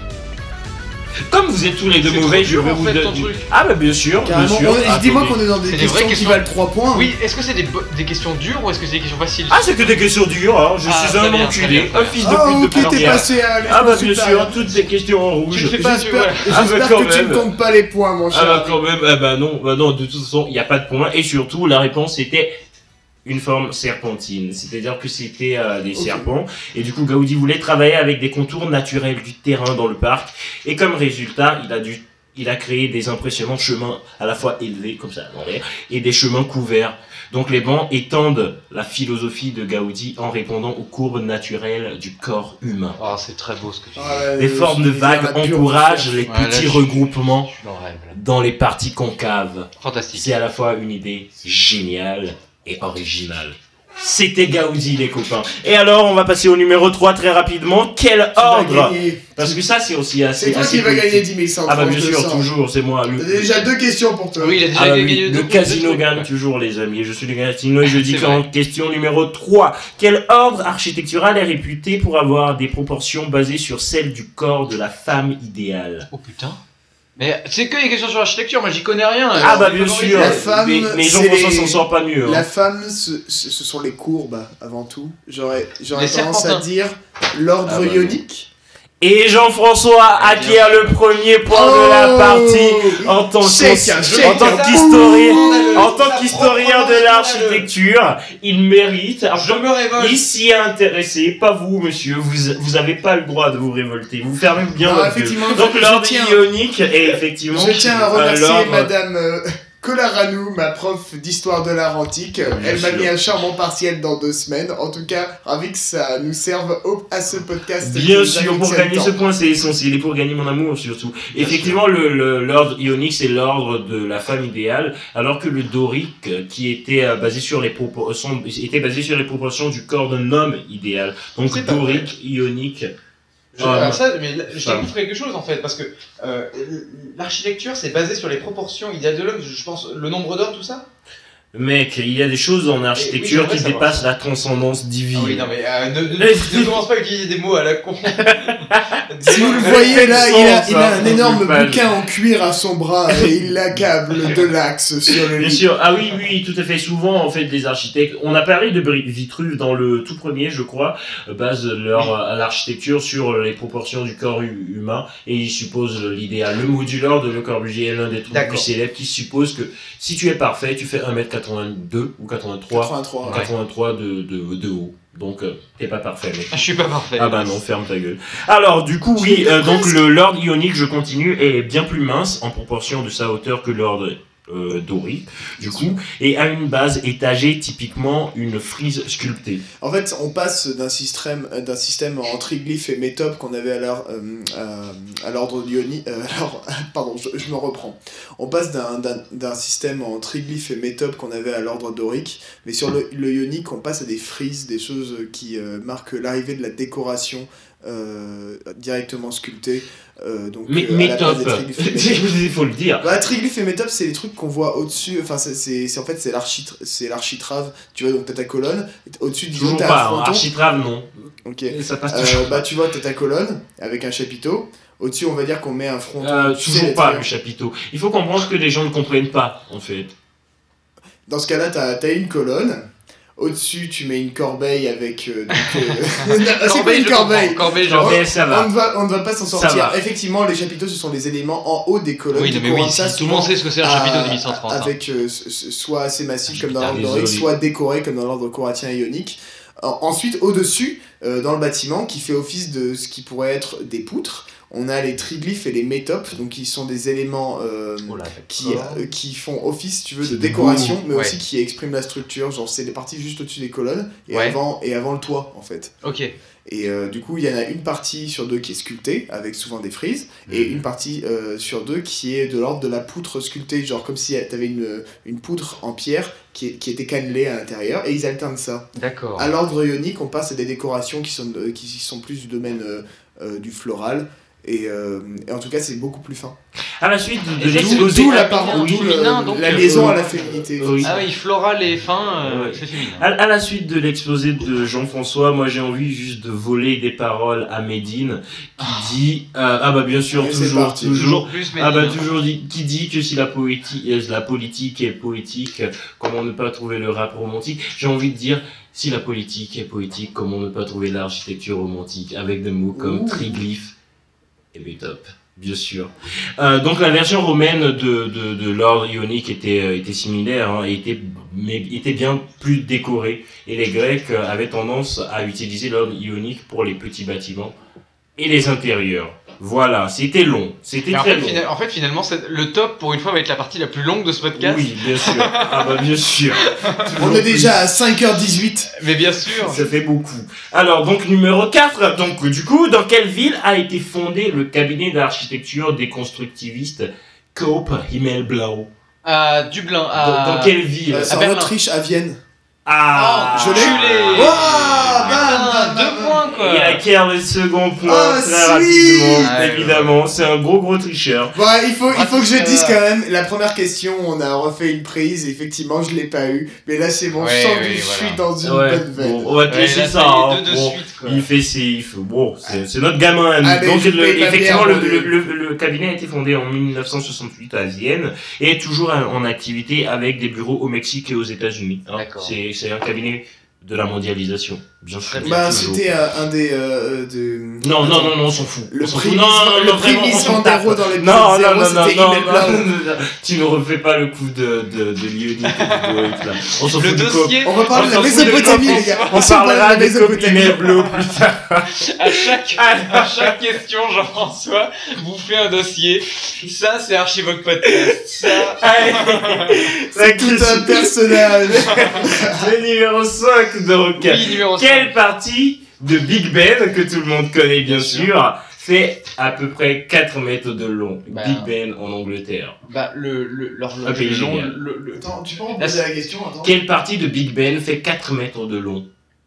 Comme vous êtes tous les deux C'est mauvais, trop je dur, vais en vous fait, donner. ton truc. Ah bah bien sûr, bien Carrément. sûr. Ouais, Ah, dis-moi attendez. qu'on est dans des C'est des questions vraies qui questions. valent trois points. Oui, est-ce que c'est des, bo- des questions dures ou est-ce que c'est des questions faciles Ah, c'est que des questions dures, hein. Je Ah, suis très un bien, très enculé, bien, très un bien. fils de Ah, pute de ok, t'es première. passé à l'échelon Ah bah bien supérieur. sûr, toutes des questions en rouge. Tu le fais pas, tu vois. J'espère Ah, bah, j'espère quand que tu même. ne comptes pas les points, mon cher. Ah bah quand même, ah bah non, bah non, de toute façon, il n'y a pas de point. Et surtout, la réponse était une forme serpentine. C'est-à-dire que c'était euh, des Ok. serpents. Et du coup, Gaudi voulait travailler avec des contours naturels du terrain dans le parc. Et comme résultat, il a dû, il a créé des impressionnants chemins à la fois élevés, comme ça, dans l'air, et des chemins couverts. Donc les bancs étendent la philosophie de Gaudi en répondant aux courbes naturelles du corps humain. Oh, c'est très beau ce que tu dis. Ah, Les euh, formes de je vais dire vagues la pure encouragent recherche. les Ouais, là, petits je- regroupements Je suis dans le rêve là. dans les parties concaves. Fantastique. C'est à la fois une idée géniale et originale. C'était Gaudi, les copains. Et alors, on va passer au numéro trois très rapidement. Quel Tu vas ordre? gagner. Parce que ça, c'est aussi assez... C'est toi assez qui vas politique. gagner dix mille cent. Ah bah bien sûr, toujours, c'est moi. Le, T'as déjà deux questions pour toi. Oui, il a déjà Ah bah oui, gagné le deux- casino deux trucs. gagne toujours, les amis. Je suis le casino et je dis C'est qu'en vrai. question numéro trois. Quel ordre architectural est réputé pour avoir des proportions basées sur celles du corps de la femme idéale? Oh putain. Mais c'est que des questions sur l'architecture, moi j'y connais rien. Ah alors, bah on bien peut sûr, La femme, mais, mais c'est Jean-François les- s'en sort pas mieux. La Hein. femme, ce, ce ce sont les courbes avant tout. J'aurais j'aurais Les tendance à serpentins. dire l'ordre Ah bah non. ionique. Et Jean-François Ah, bien acquiert le premier point de la partie en tant Shake, qu'historien. shake. En tant Ça, qu'historien, on a le- en tant ça qu'historien proprement de scandaleux. l'architecture, il mérite. Alors, Je me révolte. il s'y est intéressé, pas vous, monsieur. Vous, vous avez pas le droit de vous révolter. Vous fermez bien Non, votre effectivement, gueule. Donc je- je l'ordre tiens- ionique est effectivement. Je tiens à euh, remercier l'ordre- Madame euh, Colaranou, ma prof d'histoire de l'art antique. Elle m'a sûr. mis un charmant partiel dans deux semaines. En tout cas, ravi que ça nous serve au- à ce podcast. qui Bien nous sûr, pour affectionne gagner tant. ce point, c'est essentiel. Et pour gagner mon amour, surtout. Bien Effectivement, le, le- l'ordre ionique, c'est l'ordre de la femme idéale, alors que le dorique, euh, qui était euh, basé sur les proportions, était basé sur les proportions du corps d'un homme idéal. Donc C'est pas dorique, ionique. Je, Ah, alors ça, mais là, je Pardon. t'avoue quelque chose en fait, parce que euh, l'architecture c'est basé sur les proportions idéales de l'homme, je pense, le nombre d'heures, tout ça. Mec, il y a des choses en architecture j'aimerais qui savoir dépassent ça. la transcendance divine. Ah oui, non mais euh, ne, ne, ne commence pas à utiliser des mots à la con. Si vous le Ouais, voyez là, il a, sens, il a ça, un ça énorme fait mal. bouquin en cuir à son bras et il l'accable de l'axe sur le Bien lit. sûr, ah oui, oui, tout à fait. Souvent, en fait, les architectes, on a parlé de Bri- Vitruve dans le tout premier, je crois, euh, basent leur euh, l'architecture sur les proportions du corps hu- humain et ils supposent l'idéal. Le modulaire de Le Corbusier est l'un des trucs D'accord. plus célèbres qui suppose que si tu es parfait, tu fais un mètre quatre-vingt-deux ou quatre-vingt-trois, quatre-vingt-trois. Ouais. quatre-vingt-trois de, de, de haut. Donc, euh, t'es pas parfait, mec. Je suis pas parfait. Ah bah non, ferme ta gueule. Alors du coup oui, euh, donc le l'ordre ionique, je continue, est bien plus mince en proportion de sa hauteur que l'ordre euh, dorique, du coup, et a une base étagée, typiquement une frise sculptée. En fait, on passe d'un système, euh, d'un système en triglyphe et métope qu'on avait à l'or- euh, à- à l'ordre ionique. Euh, alors, pardon, je, je me reprends. On passe d'un, d'un, d'un système en triglyphe et métope qu'on avait à l'ordre dorique, mais sur le, le ionique, on passe à des frises, des choses qui euh, marquent l'arrivée de la décoration euh, directement sculptée. Euh, donc, Mais, euh, à mais la place top, des triglyphes et métopes. il faut le dire. Bah, triglyphe et métope, c'est les trucs qu'on voit au-dessus. Enfin, c'est, c'est, c'est- en fait, c'est, l'archit- c'est l'architrave. Tu vois, donc t'as ta colonne. Au-dessus, disons, Toujours t'as pas, un hein. fronton. Architrave non. Ok. Et ça passe Euh, toujours bah, pas. tu vois, t'as ta colonne avec un chapiteau. Au-dessus, on va dire qu'on met un fronton. Euh, tu sais, toujours les pas trucs- le chapiteau. Il faut comprendre que les gens ne comprennent pas, en fait. Dans ce cas-là, t'as, t'as une colonne. Au-dessus, tu mets une corbeille avec. Euh, donc, euh, c'est quoi Corbeille, une je corbeille comprends. Corbeille, je Genre, Ouais, mais ça on va. ne, va, on ne va pas s'en Ça sortir. va. Effectivement, les chapiteaux, ce sont les éléments en haut des colonnes. Oui, qui non, mais oui, couronne si ça, tout le monde souvent sait ce que c'est un à- chapiteau de mille cent trente. hein. Avec euh, s- s- soit assez massif comme dans l'ordre Désolé. dorique, soit décoré comme dans l'ordre coratien et ionique. En- Ensuite, au-dessus, euh, dans le bâtiment, qui fait office de ce qui pourrait être des poutres, on a les triglyphes et les métopes, donc qui sont des éléments euh, Oh là, qui, d'accord. euh, qui font office, si tu veux, de C'est décoration, mais Ouais. aussi qui expriment la structure. Genre, c'est les parties juste au-dessus des colonnes et, Ouais. avant, et avant le toit, en fait. Ok. Et euh, du coup, il y en a une partie sur deux qui est sculptée, avec souvent des frises, et Mhm. une partie euh, sur deux qui est de l'ordre de la poutre sculptée, genre comme si tu avais une, une poutre en pierre qui, est- qui était cannelée à l'intérieur, et ils alternent ça. D'accord. À l'ordre ionique, on passe à des décorations qui sont, euh, qui sont plus du domaine euh, euh, du floral, Et, euh, et en tout cas, c'est beaucoup plus fin. À la suite de, de Et ça, c'est l'exposé... D'où la, féminin, par- oui, d'où le- féminin, donc, la euh, liaison à euh, la féminité. oui. Ah oui, floral et fin, euh, Ouais. c'est féminin. À, à la suite de l'exposé de Jean-François, moi j'ai envie juste de voler des paroles à Médine qui dit euh, ah bah bien sûr Et c'est toujours parti. toujours Toujours plus, mais. ah bah toujours dit, qui dit que si la poétique la politique est poétique, comment ne pas trouver le rap romantique. J'ai envie de dire si la politique est poétique, comment ne pas trouver l'architecture romantique avec des mots comme Ouh. triglyphe et métope. Bien sûr. Euh, donc la version romaine de, de, de l'ordre ionique était, euh, était similaire, hein, et était, mais était bien plus décorée. Et les Grecs euh, avaient tendance à utiliser l'ordre ionique pour les petits bâtiments et les intérieurs. Voilà, c'était long. C'était Mais en, très fait, long. fina- en fait, finalement, c'est- le top pour une fois va être la partie la plus longue de ce podcast. Oui, bien sûr. Ah bah bien sûr. On est déjà à cinq heures dix-huit. Mais bien sûr. Ça fait beaucoup. Alors, donc, numéro quatre. Donc, du coup, dans quelle ville a été fondé le cabinet d'architecture des constructivistes Coop Himmelblau? À Dublin, Dans, à. dans quelle ville? Euh, c'est en Berlin. Autriche, à Vienne. Ah, je l'ai. Culé. Ouah, bam, Putain, bam, deux bam. points quoi. Il acquiert le second point Ah, très si. rapidement, Ah, évidemment. C'est un gros gros tricheur. Bon, il faut, il faut que je Ah, dise ça quand va. même, la première question, on a refait une prise, et effectivement, je l'ai pas eu. Mais là, c'est bon, Ouais, je sens ouais, que je voilà. suis dans une Ouais, bonne veine. bon, on va te Ouais, laisser là, ça. c'est hein. les deux de Bon, suite quoi. il fait ses, il fait, bon, c'est c'est notre gamin. Allez, Donc, je le- paye ma effectivement, bière, le, mon le, Dieu. le, le cabinet a été fondé en mille neuf cent soixante-huit à Vienne et est toujours en en activité avec des bureaux au Mexique et aux États-Unis. hein. D'accord. C'est c'est un cabinet de la mondialisation, bien sûr. Très bien. Bah, toujours. c'était euh, un des. euh, de... Non, non, Attends. non, non, on s'en fout. Le On s'en prix fout. Miss- Non, non, le non, prix vraiment, Miss on s'en Vandero tape. dans l'épisode Non, non, zéro, non, non, c'était non, Himmel non, Blau. non, non, tu ne refais pas le coup de, de, de Lyonique et du Goethe, là. On s'en Le fout du co- dossier, On reparle On de s'en la fout de Mésopotamie, Coop. les gars. On s'en parle parlera de la des copines Mésopotamie. bleus plus tard. à chaque, à chaque question, Jean-François vous fait un dossier. Ça, c'est Archivog Podcast. Ça. C'est tout un personnage. Le numéro cinq de Roca. Oui, numéro cinq. Quelle partie de Big Ben, que tout le monde connaît bien sûr, fait à peu près quatre mètres de long? Bah. Big Ben en Angleterre. Bah, le, le, l'horloge. Un pays le long, génial. le, le- Attends, tu peux me poser la question? Attends. Quelle partie de Big Ben fait quatre mètres de long?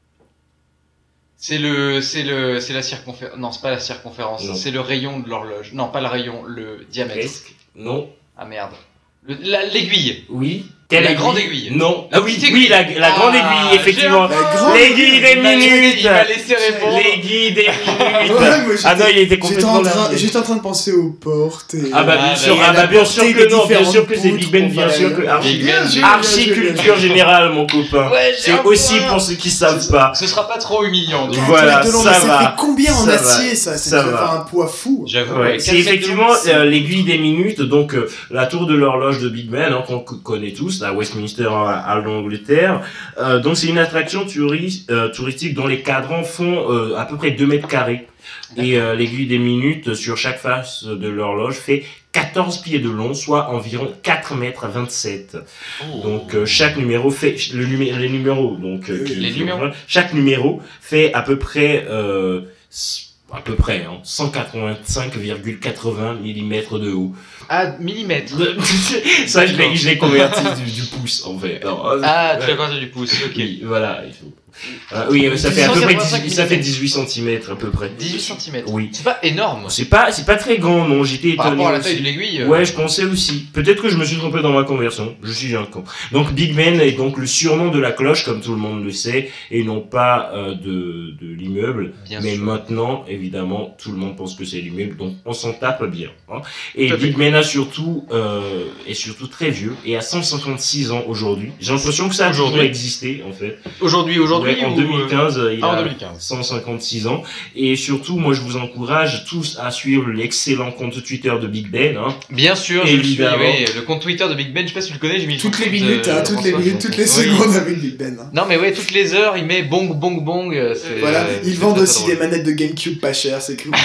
C'est le, c'est le, c'est la circonférence. Non, c'est pas la circonférence. Non. C'est le rayon de l'horloge. Non, pas le rayon, le diamètre. Presque. Non. Ah merde. Le- la- L'aiguille. Oui. La grande aiguille. Non. La Ah oui, petite oui, la, la grande Ah, aiguille, j'ai effectivement. un point. La grande L'aiguille des Il m'a laissé- minutes. Il m'a laissé répondre. L'aiguille des minutes. Ouais, moi, j'étais- Ah non, il était J'étais complètement en, train, largué. j'étais en train de penser aux portes et... Ah bah Ah, bien bah, sûr, il y a ah la bah bien sûr portée que des non, bien différentes sûr que c'est Big Ben, poutres, bien on sûr va- que archi, Big Ben, Bien joué, archi bien joué, bien culture joué. générale mon copain. Ouais, j'ai C'est un aussi point. pour ceux qui savent pas. Ce sera pas trop humiliant. du coup. Voilà, Quatre mètres de long, ça mais ça va. fait combien en Ça acier, va. ça? Ça Ça devait va. faire un poids fou. J'avoue. Ouais, ouais, c'est quatre mètres de effectivement long, c'est- euh, l'aiguille des minutes, donc euh, la tour de l'horloge de Big Ben, hein, qu'on co- connaît tous, à Westminster à, à l'Angleterre. Euh, donc c'est une attraction touri- euh, touristique dont les cadrans font euh, à peu près deux mètres carrés. Et euh, l'aiguille des minutes sur chaque face de l'horloge fait quatorze pieds de long, soit environ quatre mètres vingt-sept. Oh. Donc euh, chaque numéro fait le numé- les numéros donc euh, Oui, qui- les numéros. chaque numéro fait à peu près euh, s- à peu près hein, cent quatre-vingt-cinq virgule quatre-vingts millimètres de haut. Ah, millimètres. Ça je l'ai je l'ai converti du, du pouce en fait. Alors, Ah, tu ouais. l'as compté du pouce, ok. Oui, voilà, il faut. Ah, oui, ça fait à peu près dix-huit, ça fait dix-huit centimètres à peu près. dix-huit centimètres. Oui. C'est pas énorme. C'est pas c'est pas très grand non, j'étais Par étonné rapport à la aussi. taille de l'aiguille. euh, Ouais, je pensais aussi. Peut-être que je me suis trompé dans ma conversion. Je suis un con. Donc Big Ben est donc le surnom de la cloche, comme tout le monde le sait, et non pas euh, de, de l'immeuble. Bien Mais sûr. maintenant, évidemment, tout le monde pense que c'est l'immeuble, donc on s'en tape bien. Hein. Et Tout à fait. Big Ben a surtout euh, est surtout très vieux et a cent cinquante-six ans aujourd'hui. J'ai l'impression que ça a toujours Aujourd'hui. existé en fait. Aujourd'hui, aujourd'hui. Ouais, en ou, deux mille quinze, il Ah, en a deux mille quinze. cent cinquante-six ans. Et surtout, moi, je vous encourage tous à suivre l'excellent compte Twitter de Big Ben. Hein. Bien sûr, je le suis. Évidemment. Oui, le compte Twitter de Big Ben, je sais pas si tu le connais, j'ai mis Toutes son les compte, minutes, euh, hein, toutes les Jean-François, minutes, son toutes les compte. Oui. secondes avec Big Ben. hein. Non, mais ouais, toutes les heures, il met bong, bong, bong. euh, c'est- Voilà, euh, ils c'est vendent très, aussi très des manettes de GameCube pas chères, c'est cool.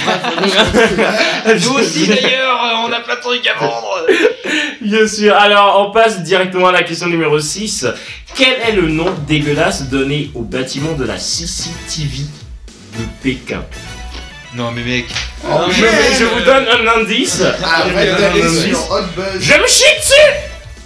drôle. Nous aussi, d'ailleurs, euh, on a plein de trucs à vendre. Bien sûr. Alors, on passe directement à la question numéro six. Quel est le nom dégueulasse donné au bâtiment de la C C T V de Pékin? Non, mais mec. Oh, Non, mais- je, merde. je vous donne un indice. Arrête Je vous donne d'aller un indice. sur Hotbuzz. Je me chie dessus.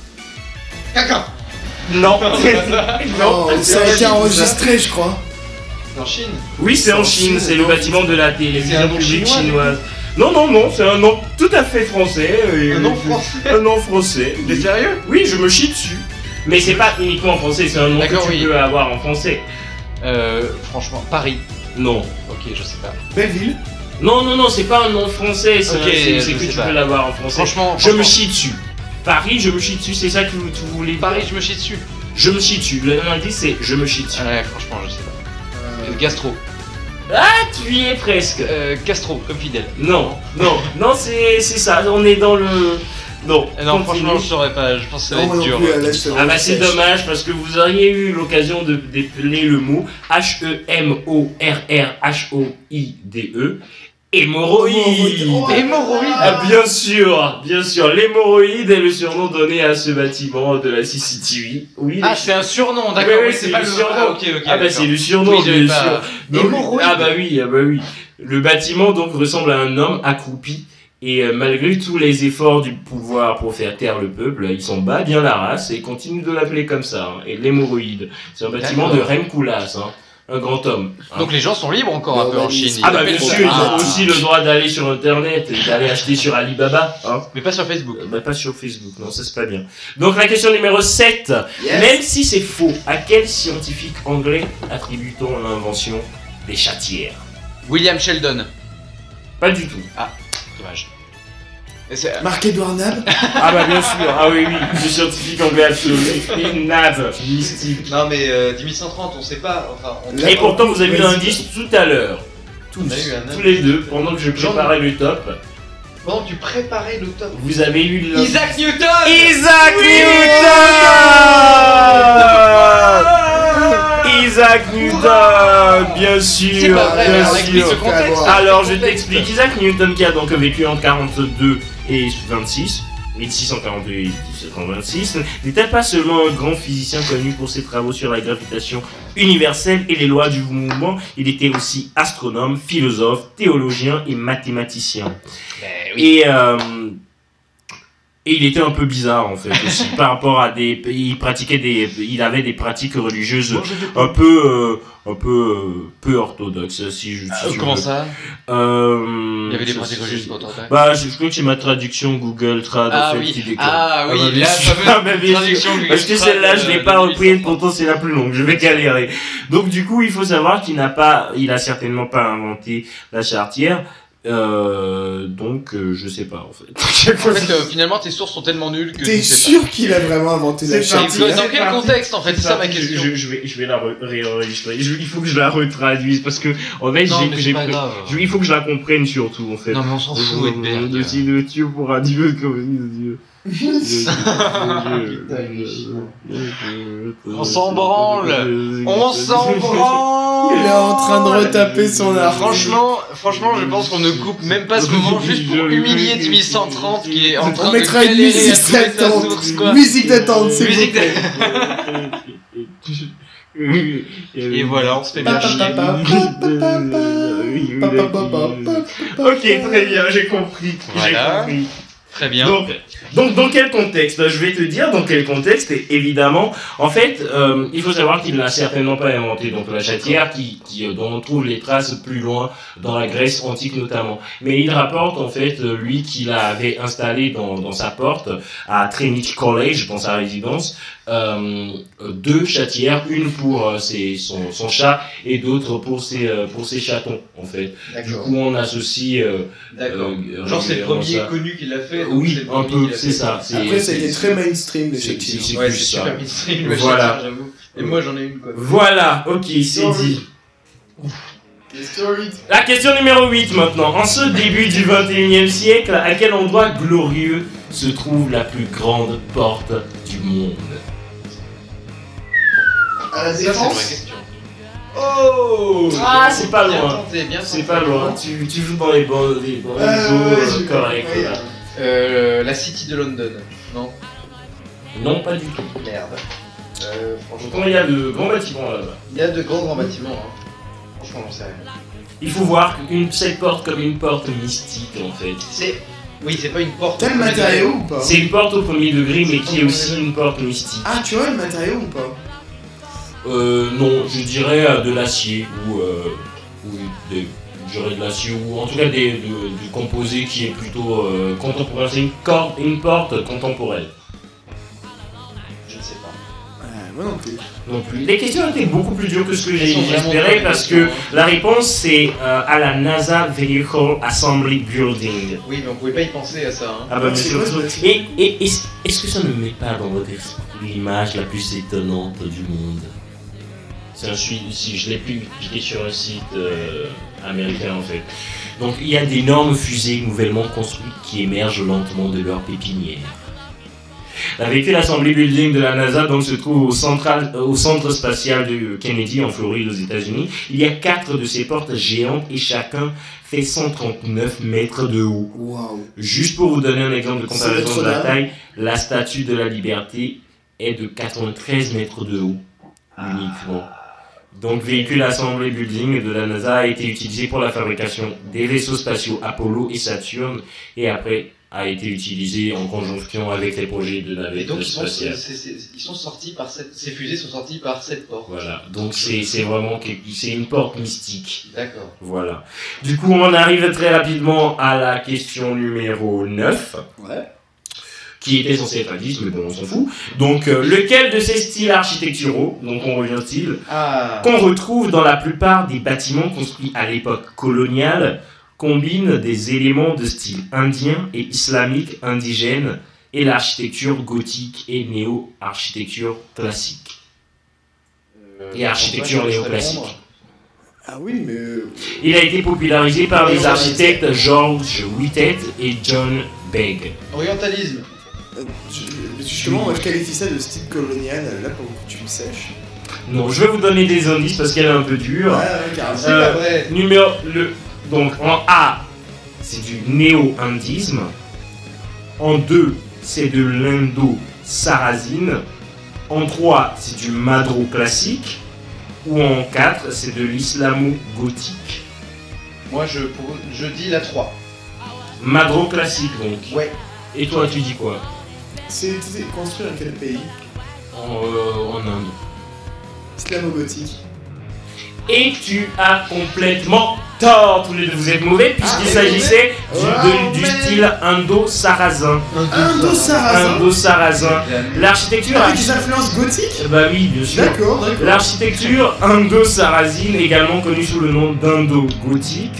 Caca. Non. Non, ça a été enregistré, je crois. En Chine. Oui, c'est C'est en en Chine. Chine, C'est le non. bâtiment de la C'est télévision un nom publique chinois, du chinoise. Non, non, non, c'est un nom tout à fait français. et- Un nom français. Un nom français. T'es sérieux? Oui, je me chie dessus. Mais c'est pas uniquement en français, c'est un nom que D'accord, tu oui. peux avoir en français. Euh, franchement, Paris. Non. Ok, je sais pas. Belleville. Non, non, non, c'est pas un nom français, c'est Ok, un- c'est- je c'est que sais tu pas. peux l'avoir en français. Franchement, Je me franchement, chie dessus. Paris, je me chie dessus, c'est ça que vous, vous voulez dire? Paris, je me chie dessus. Je me chie dessus. Le indice, c'est je me chie dessus. Ouais, franchement, je sais pas. Euh, Gastro. Tu y es presque. Euh, Castro, comme fidèle. Non, non, non, c'est c'est ça, on est dans le... Non, Euh, non, continue. franchement, je saurais pas. Je pense que ça va Non, moi être non dur. plus, à l'est, Ah bah c'est dommage parce que vous auriez eu l'occasion de dépeler le mot H E M O R R H O I D E, hémorroïde. Oh, Hémorroïde. Ah bien sûr, bien sûr, l'hémorroïde est le surnom donné à ce bâtiment de la C C T V. Oui, Ah, les- c'est un surnom, d'accord. Oui, oui, oui, c'est c'est pas le le surnom. Ah, ok, ok. Ah bah d'accord. c'est le surnom, Oui, j'avais bien pas- sûr. Donc- Hémorroïde. Ah bah oui, ah bah oui. Le bâtiment donc ressemble à un homme accroupi et euh, malgré tous les efforts du pouvoir pour faire taire le peuple, il s'en bat bien la race et continue de l'appeler comme ça. Hein, et l'hémorroïde, c'est un bâtiment de D'accord. Rem Koolhaas, hein, un grand homme. hein. Donc les gens sont libres encore un Non, peu en bah, Chine. ils- Ils Ah bah appellent bien ça. sûr, ils Ah. ont aussi le droit d'aller sur internet et d'aller acheter sur Alibaba. Hein. Mais pas sur Facebook. Euh, Bah pas sur Facebook, non ça c'est pas bien. Donc la question numéro sept. Yes. Même si c'est faux, à quel scientifique anglais attribue-t-on l'invention des chatières? William Sheldon. Pas du tout. Dommage. Et c'est- Marc-Edouard Nab. Ah bah bien sûr, ah oui oui, le scientifique anglais absolu, une nave mystique. Non, mais euh, dix mille cent trente, on sait pas. Enfin, on Là, Et pourtant vous avez eu vas-y. l'indice tout à l'heure. Tous, On a eu un tous les deux, pendant que je préparais le top, Pendant que tu préparais le top. vous avez eu l'indice. Isaac Newton. Isaac Newton. Isaac Newton, bien sûr, C'est pas vrai, bien mais on explique sûr. ce contexte. Alors je t'explique, Isaac Newton qui a donc vécu entre quarante-deux et vingt-six, mille six cent quarante-deux et mille six cent vingt-six, n'était pas seulement un grand physicien connu pour ses travaux sur la gravitation universelle et les lois du mouvement, il était aussi astronome, philosophe, théologien et mathématicien. Ben oui. Et, euh, et il était un peu bizarre en fait aussi par rapport à des, il pratiquait des, il avait des pratiques religieuses un peu, euh, un peu, euh, peu orthodoxes si je. Si Euh, tu Comment veux. ça Euh, Il y avait des ça, pratiques c'est- religieuses pour t'entendre. Bah, je, je crois que c'est ma traduction Google Trad en Ah fait, oui. qui déconne. Ah oui, bah, bien la sûr. fameuse Ah, bah, bien sûr. traduction Google Parce que Trad, celle-là, je euh, l'ai de pas mille huit reprise, cent trente. pourtant c'est la plus longue, je vais galérer. Donc du coup, il faut savoir qu'il n'a pas, il a certainement pas inventé la charretière. Euh, donc, euh, je sais pas en fait. En fait, euh, finalement, tes sources sont tellement nulles que T'es tu sais sûr qu'il a vraiment inventé la C'est parti. pas. charretière Dans quel parti. contexte en fait? C'est ça ma Je, question. je, je vais, je vais la re- réenregistrer. Je- Il faut que je la retraduise parce que en fait, Non, j'ai, mais j'ai c'est pas pris- grave. je- il faut que je la comprenne surtout en fait. Non, mais on s'en fout, Edberg. De si de Dieu pour un Dieu comme Dieu. On s'en branle. On s'en branle. Il est en train de retaper son art. Franchement, franchement, je pense qu'on ne coupe même pas ce moment juste pour humilier dix mille cent trente qui est en train On de mettra une galérer à musique trouver sa d'attente. source, quoi. Musique d'attente, s'il vous Musique plaît. Et voilà, on se fait bien chier. Ok, très bien, j'ai compris. Voilà. J'ai compris. Très bien. Donc, donc, dans quel contexte? Je vais te dire dans quel contexte, et évidemment. En fait, euh, il faut savoir qu'il n'a certainement pas inventé donc la chatière, qui, qui, euh, dont on trouve les traces plus loin, dans la Grèce antique notamment. Mais il rapporte, en fait, euh, lui, qu'il avait installé dans, dans sa porte, à Trinity College, dans sa résidence, euh, deux chatières, une pour euh, ses, son, son chat, et d'autres pour ses, euh, pour ses chatons, en fait. Du D'accord. coup, on associe... Euh, D'accord. euh, Genre, c'est le régulièrement premier ça. connu qui l'a fait. donc Oui, c'est le un premier peu, qui l'a c'est fait. ça. c'est- Après, c'est- c'était très mainstream, les c'est- chatières. c'est- Ouais, plus c'est ça. super mainstream, le Voilà. chatière, j'avoue. Et moi, j'en ai une, quoi. Voilà, ok, c'est dit. La question numéro huit maintenant. En ce début du vingt et unième siècle, à quel endroit glorieux se trouve la plus grande porte du monde? À la Ça, c'est une vraie défense. question. Oh Ah, c'est pas Bien loin. tenté, bien C'est tenté. pas loin. Tu, tu joues dans les bonnes les bonnes Euh, zones ouais, euh, je- correctes, ouais. là. Euh, la City de London. Non. Non, pas du tout. Merde. Euh, franchement, Pourtant, il y a de grands bâtiments là-bas. il y a de grands grands bâtiments. Hein. Franchement, j'en sais rien. Il faut voir une, cette porte comme une porte mystique en fait. C'est. Oui, c'est pas une porte. T'as le matériau ou pas? C'est une porte au premier degré, mais qui est aussi une porte mystique. Ah, tu vois le matériau ou pas? Euh, non, je dirais euh, de l'acier ou, euh, ou des, du riz de l'acier ou en tout cas des, de- du composé qui est plutôt euh, contemporain. C'est une, corde, une porte contemporaine. Je ne sais pas. Euh, moi non plus. Non plus. Les questions étaient beaucoup plus dures que ce que j'ai Elles sont vraiment espéré dures, parce les que questions, hein. la réponse c'est euh, à la NASA Vehicle Assembly Building. Oui, mais on pouvait pas y penser à ça. Hein. Ah bah bien C'est sûr. quoi, ce bâtiment Et, et est-ce, est-ce que ça ne met pas dans votre esprit l'image la plus étonnante du monde? C'est un suite, si je l'ai publié sur un site euh, américain en fait. Donc il y a d'énormes fusées nouvellement construites qui émergent lentement de leur pépinière. La Vehicle Assembly Building de la NASA donc, se trouve au, central, euh, au centre spatial de Kennedy en Floride aux États-Unis. Il y a quatre de ces portes géantes et chacun fait cent trente-neuf mètres de haut. Waouh. Juste pour vous donner un exemple de comparaison C'est de la Notre-Dame. taille, la statue de la Liberté est de quatre-vingt-treize mètres de haut uniquement. Donc, Vehicle Assembly Building de la NASA a été utilisé pour la fabrication des vaisseaux spatiaux Apollo et Saturne et après a été utilisé en conjonction avec les projets de Et navette donc ils sont, spatiale. c'est- c'est- ils sont sortis par cette, ces fusées sont sorties par cette porte. Voilà, donc c'est, c'est vraiment quelque- c'est une porte mystique. D'accord. Voilà. Du coup, on arrive très rapidement à la question numéro neuf. Ouais. Qui était censé être un dix, mais bon, on s'en fout. Donc, euh, lequel de ces styles architecturaux, donc on revient style, Ah. qu'on retrouve dans la plupart des bâtiments construits à l'époque coloniale, combine des éléments de style indien et islamique indigène et l'architecture gothique et néo-architecture classique. Euh, Et architecture je vais néoclassique. répondre. Ah oui, mais. euh, Il a été popularisé par les architectes George Whitehead et John Begg. Orientalisme. euh, je- justement, moi je qualifie ça de style colonial. Là, pour le coup, tu me sèches. Non, je vais vous donner des indices parce qu'elle est un peu dure. Ouais, ouais, carrément. C'est Euh, pas vrai. Numéro le donc en A, c'est du néo-indisme. En deux, c'est de l'indo-sarrasine. En trois, c'est du madro classique. Ou en quatre, c'est de l'islamo-gothique. Moi je, pour- je dis la trois. Madro classique donc. Ouais. Et toi, tu dis quoi? C'est c'est construit dans quel pays? En, euh, en Inde. Islamo-gothique. Et tu as complètement tort, tous les deux. Vous êtes mauvais puisqu'il Ah, s'agissait du, mauvais. de- Oh, du man. style indo-sarrasin. Indo-sarrasin. Indo-sarrasin. L'architecture. Avec des influences gothiques? Bah oui, bien sûr. D'accord, d'accord. L'architecture indo-sarrasine, également connue sous le nom d'indo-gothique,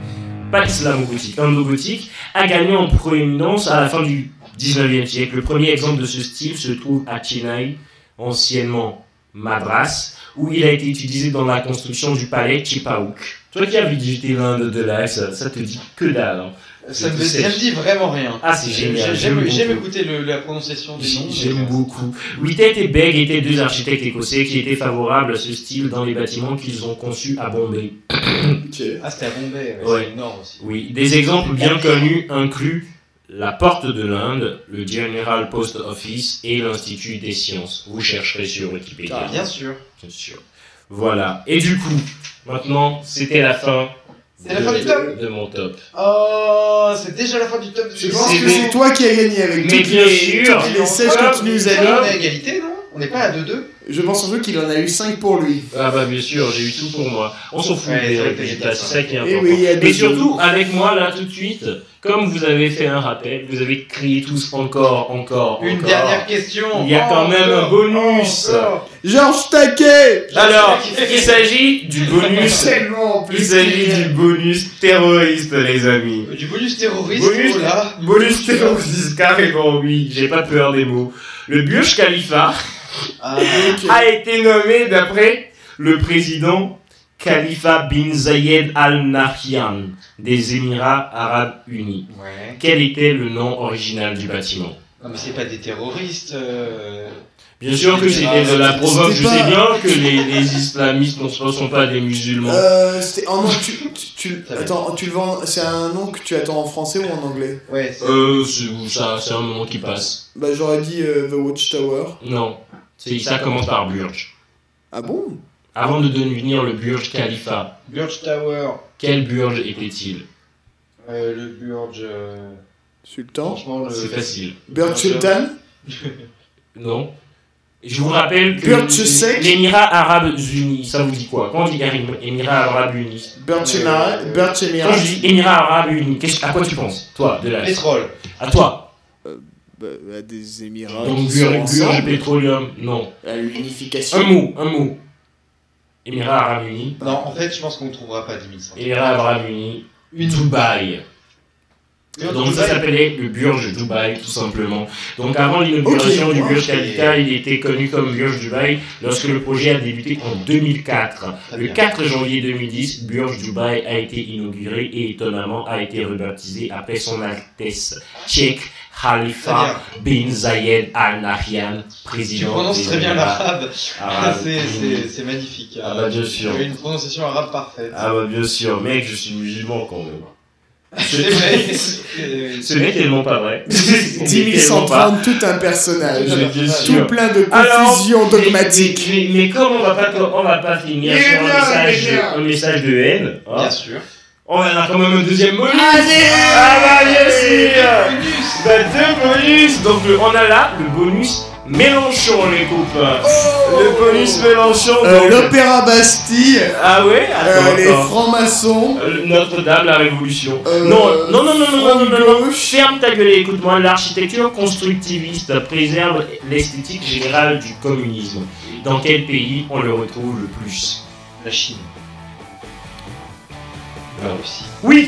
pas islamo-gothique, indo-gothique, a gagné en proéminence à la fin du dix-neuvième siècle. Le premier exemple de ce style se trouve à Chennai, anciennement Madras, où il a été utilisé dans la construction du palais Chepauk. Toi qui as visité l'Inde de l'Est, ça, ça te dit que dalle. Hein. Ça me, Je sais. ça me dit vraiment rien. Ah, c'est génial. J'aime j'aime j'aime beaucoup. écouter le- la prononciation des noms. J'aime donc, euh, beaucoup. Whitehead et Begg étaient deux architectes écossais qui étaient favorables à ce style dans les bâtiments qu'ils ont conçus à Bombay. Ok. Ah, c'était à Bombay, ouais, Ouais. c'est le nord aussi. Oui, des exemples bien connus incluent la Porte de l'Inde, le General Post Office et l'Institut des Sciences. Vous chercherez sur Wikipédia. Ah, bien sûr. Bien sûr. Voilà. Et du coup, maintenant, c'était la fin. C'est la fin du top. De mon top. Oh, c'est déjà la fin du top. Je pense C'est que bon. c'est toi qui as gagné avec Mais toutes bien les, sûr. toutes les sèches que tu nous as On dit. est à égalité, non On n'est pas à deux deux. Je pense surtout qu'il en a eu cinq pour lui. Ah bah bien sûr, j'ai eu tout pour moi. On s'en fout Ouais, des c'est vrai que résultats, t'as c'est ça qui est Et important. oui, il y a deux Et surtout, deux. avec moi là tout de suite, comme vous avez fait un rappel, vous avez crié tous encore, encore, Une encore. dernière question. Il y a quand même un bonus. Encore. Georges Taquet. Alors, il s'agit du bonus. Tellement en plus. Il s'agit du bonus terroriste, les amis. Du bonus terroriste, Bonus- oh là. Bonus terroriste, carrément, oui, j'ai pas peur des mots. Le Burj Khalifa Ah, Ok. a été nommé d'après le président Khalifa bin Zayed Al Nahyan des Émirats Arabes Unis. ouais. Quel était le nom original du bâtiment? Non, mais c'est pas des terroristes. euh. Bien sûr que c'était de la provoque, je C'était sais pas- bien que les, les islamistes ne sont pas des musulmans. Euh, c'était. Oh non, tu. tu, tu- Ça va. attends, tu le vends. C'est un nom que tu attends en français ou en anglais? Ouais, c'est. Euh, c'est ça, c'est un moment qui passe. Bah, j'aurais dit euh, The Watchtower. Non, c'est, ça commence par Burj. Ah bon? Avant de devenir le Burj Khalifa, Burj Tower. quel Burj était-il? Euh, le Burj. euh, Sultan? Franchement, le. C'est facile. Bird Sultan? Non. Je vous rappelle que Burtchesek. l'Émirat Arabes Unis, ça vous dit quoi? Quand on dit Émirats Arabes Unis, Burtchemira, quand Burtchemira. je dis Émirats Arabes Unis, qu'est-ce- à quoi tu penses? Toi, de la Pétrole. À toi. Bah, bah, des Émirats Donc, qui sont Burj ensemble. Pétroleum, non. À l'unification. Un mot, un mot. Émirats Arabes Unis. Non, en fait, je pense qu'on ne trouvera pas dix mille cent. Émirats Arabes Unis. Une Dubaï. Et Donc ça Dubaï. s'appelait le Burj Dubaï tout simplement. Donc avant l'inauguration Ok. du Burj Khalifa, il était connu comme Burj Dubaï lorsque le projet a débuté en deux mille quatre. Très Le bien. quatre janvier deux mille dix, Burj Dubaï a été inauguré et étonnamment a été rebaptisé après son Altesse Cheikh Khalifa bin Zayed Al Nahyan, président. Tu prononces des très bien Émirats l'arabe. Arabes C'est- Unis. C'est c'est magnifique. Ah bah, bien sûr. Tu as une prononciation arabe parfaite. Ah bah bien sûr, mec, je suis musulman quand même. C'est vrai. c'est- Ce n'est tellement pas vrai. dix mille cent trente, tout un personnage. Mais bien Tout sûr. plein de Alors, confusions dogmatiques. Mais, mais, mais comme on va pas, on va pas finir Il est sur un bien, message, il est bien. un message de haine, hein, Bien sûr. on a quand même un deuxième bonus. Allez Ah bah bien sûr. Bah deux bonus. Donc le- on a là le bonus Mélenchon les copains. Le bonus Mélenchon. Euh, donc- L'Opéra Bastille, Ah ouais. Attends, euh, les attends. francs-maçons, Euh, Notre-Dame, la Révolution. Euh, non, non, non, non, non, non, non, non, non. gauche. Ferme ta gueule et écoute-moi. L'architecture constructiviste préserve l'esthétique générale du communisme. Dans quel pays on le retrouve le plus? La Chine. La Russie. Oui,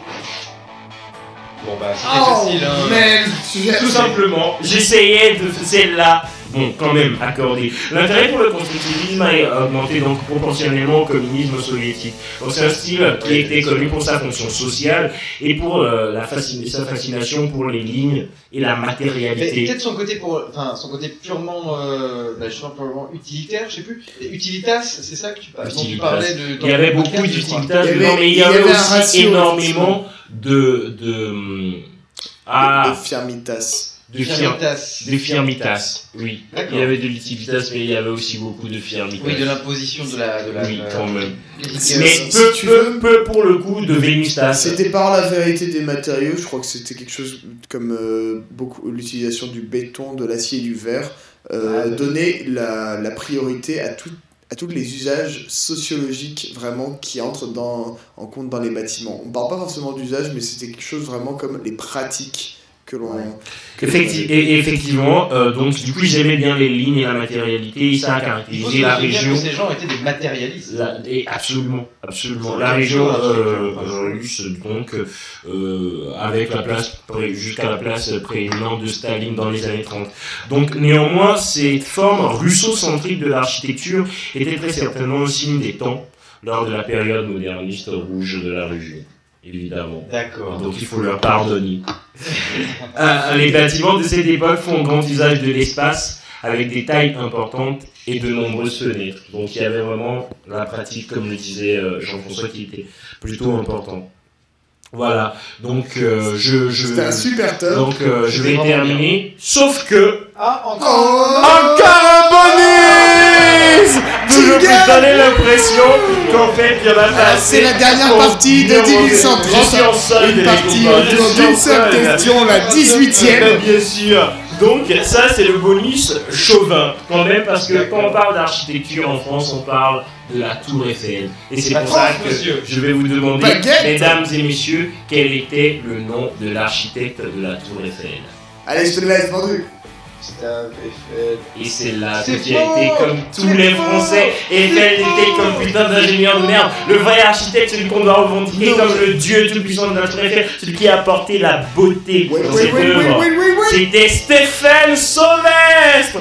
Bon bah c'était Oh, facile hein. man, je- tout simplement. J'essayais de celle-là. Bon, quand même, accordé. L'intérêt pour le constructivisme a augmenté donc proportionnellement au communisme soviétique. Donc c'est un style qui était connu pour sa fonction sociale et pour euh, la fascin- sa fascination pour les lignes et la Mais matérialité. peut-être son côté pour, enfin son côté purement, euh, bah, justement purement utilitaire, je sais plus. Et Utilitas, c'est ça que tu, par- dont tu Utilitas. parlais de. Il y avait dans le beaucoup podcast, je crois. d'utilitas Il y dedans, avait- mais il y il y avait avait un aussi ratio, énormément de de hum, de ah Firmitas. de fir- Firmitas. de firmitas. Oui, D'accord. il y avait de l'utilitas, mais il y avait aussi beaucoup de firmitas. Oui, de l'imposition de la. De la Oui, de la- quand même. C'est- Mais si peu, tu peu, veux- peu pour le coup de Vénustas. C'était par la vérité des matériaux, je crois que c'était quelque chose comme euh, beaucoup l'utilisation du béton, de l'acier et du verre, euh, Ah, bah. donner la, la priorité à, tout, à tous les usages sociologiques vraiment qui entrent dans, en compte dans les bâtiments. On parle pas forcément d'usage, mais c'était quelque chose vraiment comme les pratiques que l'on... que l'on Effecti- avait. et effectivement, euh, donc du coup j'aimais bien les lignes et la matérialité, et ça a Il faut caractérisé se la souvenir région. que ces gens étaient des matérialistes. La- et absolument, absolument. C'est La quelque région chose, euh, quelque chose. euh, russe, donc, euh, avec la place, pré- jusqu'à la place prééminente de Staline dans les années trente. Donc, néanmoins, cette forme russo-centrique de l'architecture était très certainement un signe des temps lors de la période moderniste rouge de la région, évidemment. D'accord. Donc il faut leur pardonner. Euh, les bâtiments de cette époque font grand usage de l'espace avec des tailles importantes et de nombreuses fenêtres. Donc il y avait vraiment la pratique, comme le disait euh, Jean-François, qui était plutôt important. Voilà, donc euh, je, je, C'était un super top. donc, euh, je vais C'était vraiment terminer, sauf que... Ah, Oh, encore. Encore un bonus. Toujours Jingle. plus donner l'impression qu'en fait il y en a pas Ah, assez c'est la dernière pour partie de dire dix mille mon- cent trente. Je suis en solde, Une les partie copains, je autour suis en d'une seule solde. question, la dix-huitième. Bien sûr. Donc ça c'est le bonus chauvin quand même parce que quand on parle d'architecture en France on parle de la Tour Eiffel et c'est La pour ça France, que monsieur. je vais vous demander Baguette. mesdames et messieurs quel était le nom de l'architecte de la Tour Eiffel Allez, je te laisse vendu. Gustave Eiffel. et c'est là que C'est tu as été faux. comme tous C'est les faux. Français Eiffel C'est était faux. comme putain d'ingénieur de merde le vrai architecte celui qu'on doit revendiquer Non. comme le dieu tout puissant de la Tour Eiffel celui qui a apporté la beauté Oui, dans oui, cette oui, oui, œuvre. oui, oui, oui. C'était Stéphane Sauvestre.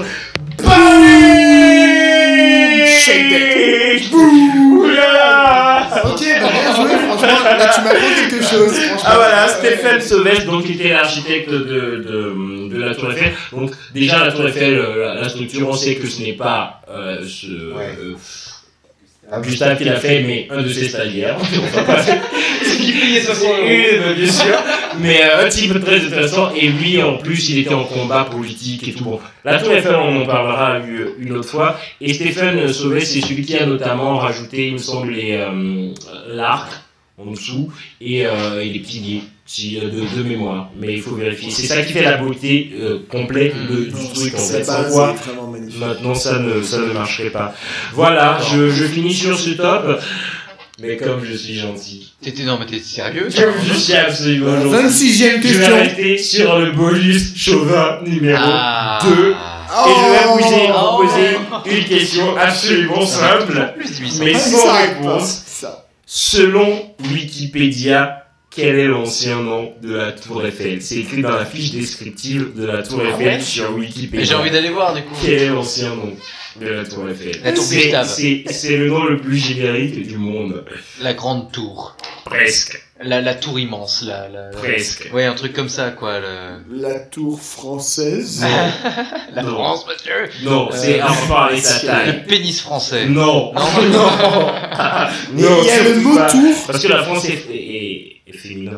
Shake that. Bouh. Oula. Ok, bah bien joué, franchement, là tu m'apprends quelque chose. Franchement. Ah voilà, Stéphane Sauvestre, donc qui était l'architecte de, de, de la Tour Eiffel. Donc déjà la Tour Eiffel, euh, la, la structure, on sait que ce n'est pas euh, ce, Ouais. euh, Gustave qui l'a fait, mais un de ses stagiaires. C'est qui payait soixante euros. Oui, bah, bien sûr. Mais euh, un type très intéressant. Et lui, en plus, il était en combat politique et tout. Bon, la Tour Eiffel, on en parlera une, une autre fois. Et Stéphane Sauvé, c'est celui qui a notamment rajouté, il me semble, les, euh, l'arc en dessous et, euh, et les piliers si, euh, de, de mémoire. Mais il faut vérifier. C'est ça qui fait la beauté euh, complète de- du Non, truc, en cette fait. Sans base quoi, est vraiment magnifique. Maintenant, ça ne, ça ne marcherait pas. Voilà, je, je finis sur ce top. Mais comme je suis gentil. T'étais, non, mais t'es sérieux? Je suis absolument gentil. vingt-sixième Je vais question. arrêter sur le bonus chauvin numéro Ah. deux. Oh. Et je vais vous Oh. poser une question absolument simple. Plus de huit cents. Mais Ça sans s'arrête pas, réponse. ça. Selon Wikipédia, quel est l'ancien nom de la Tour Eiffel? C'est écrit dans la fiche descriptive de la Tour Eiffel ouais sur Mais Wikipédia. j'ai envie d'aller voir du coup. Quel est l'ancien nom de la Tour Eiffel? La Tour C'est- Gustave. C'est c'est le nom le plus générique du monde. La grande tour. Presque. La, la tour immense, la, la... Presque. Ouais, un truc comme ça, quoi. Le... La tour française. La Non. France, monsieur. Non, c'est Euh, un rapport avec sa Le taille. pénis français. Non. Non. Non. Et il y a le surtout mot pas. tour. Parce que la France est, est, est féminin.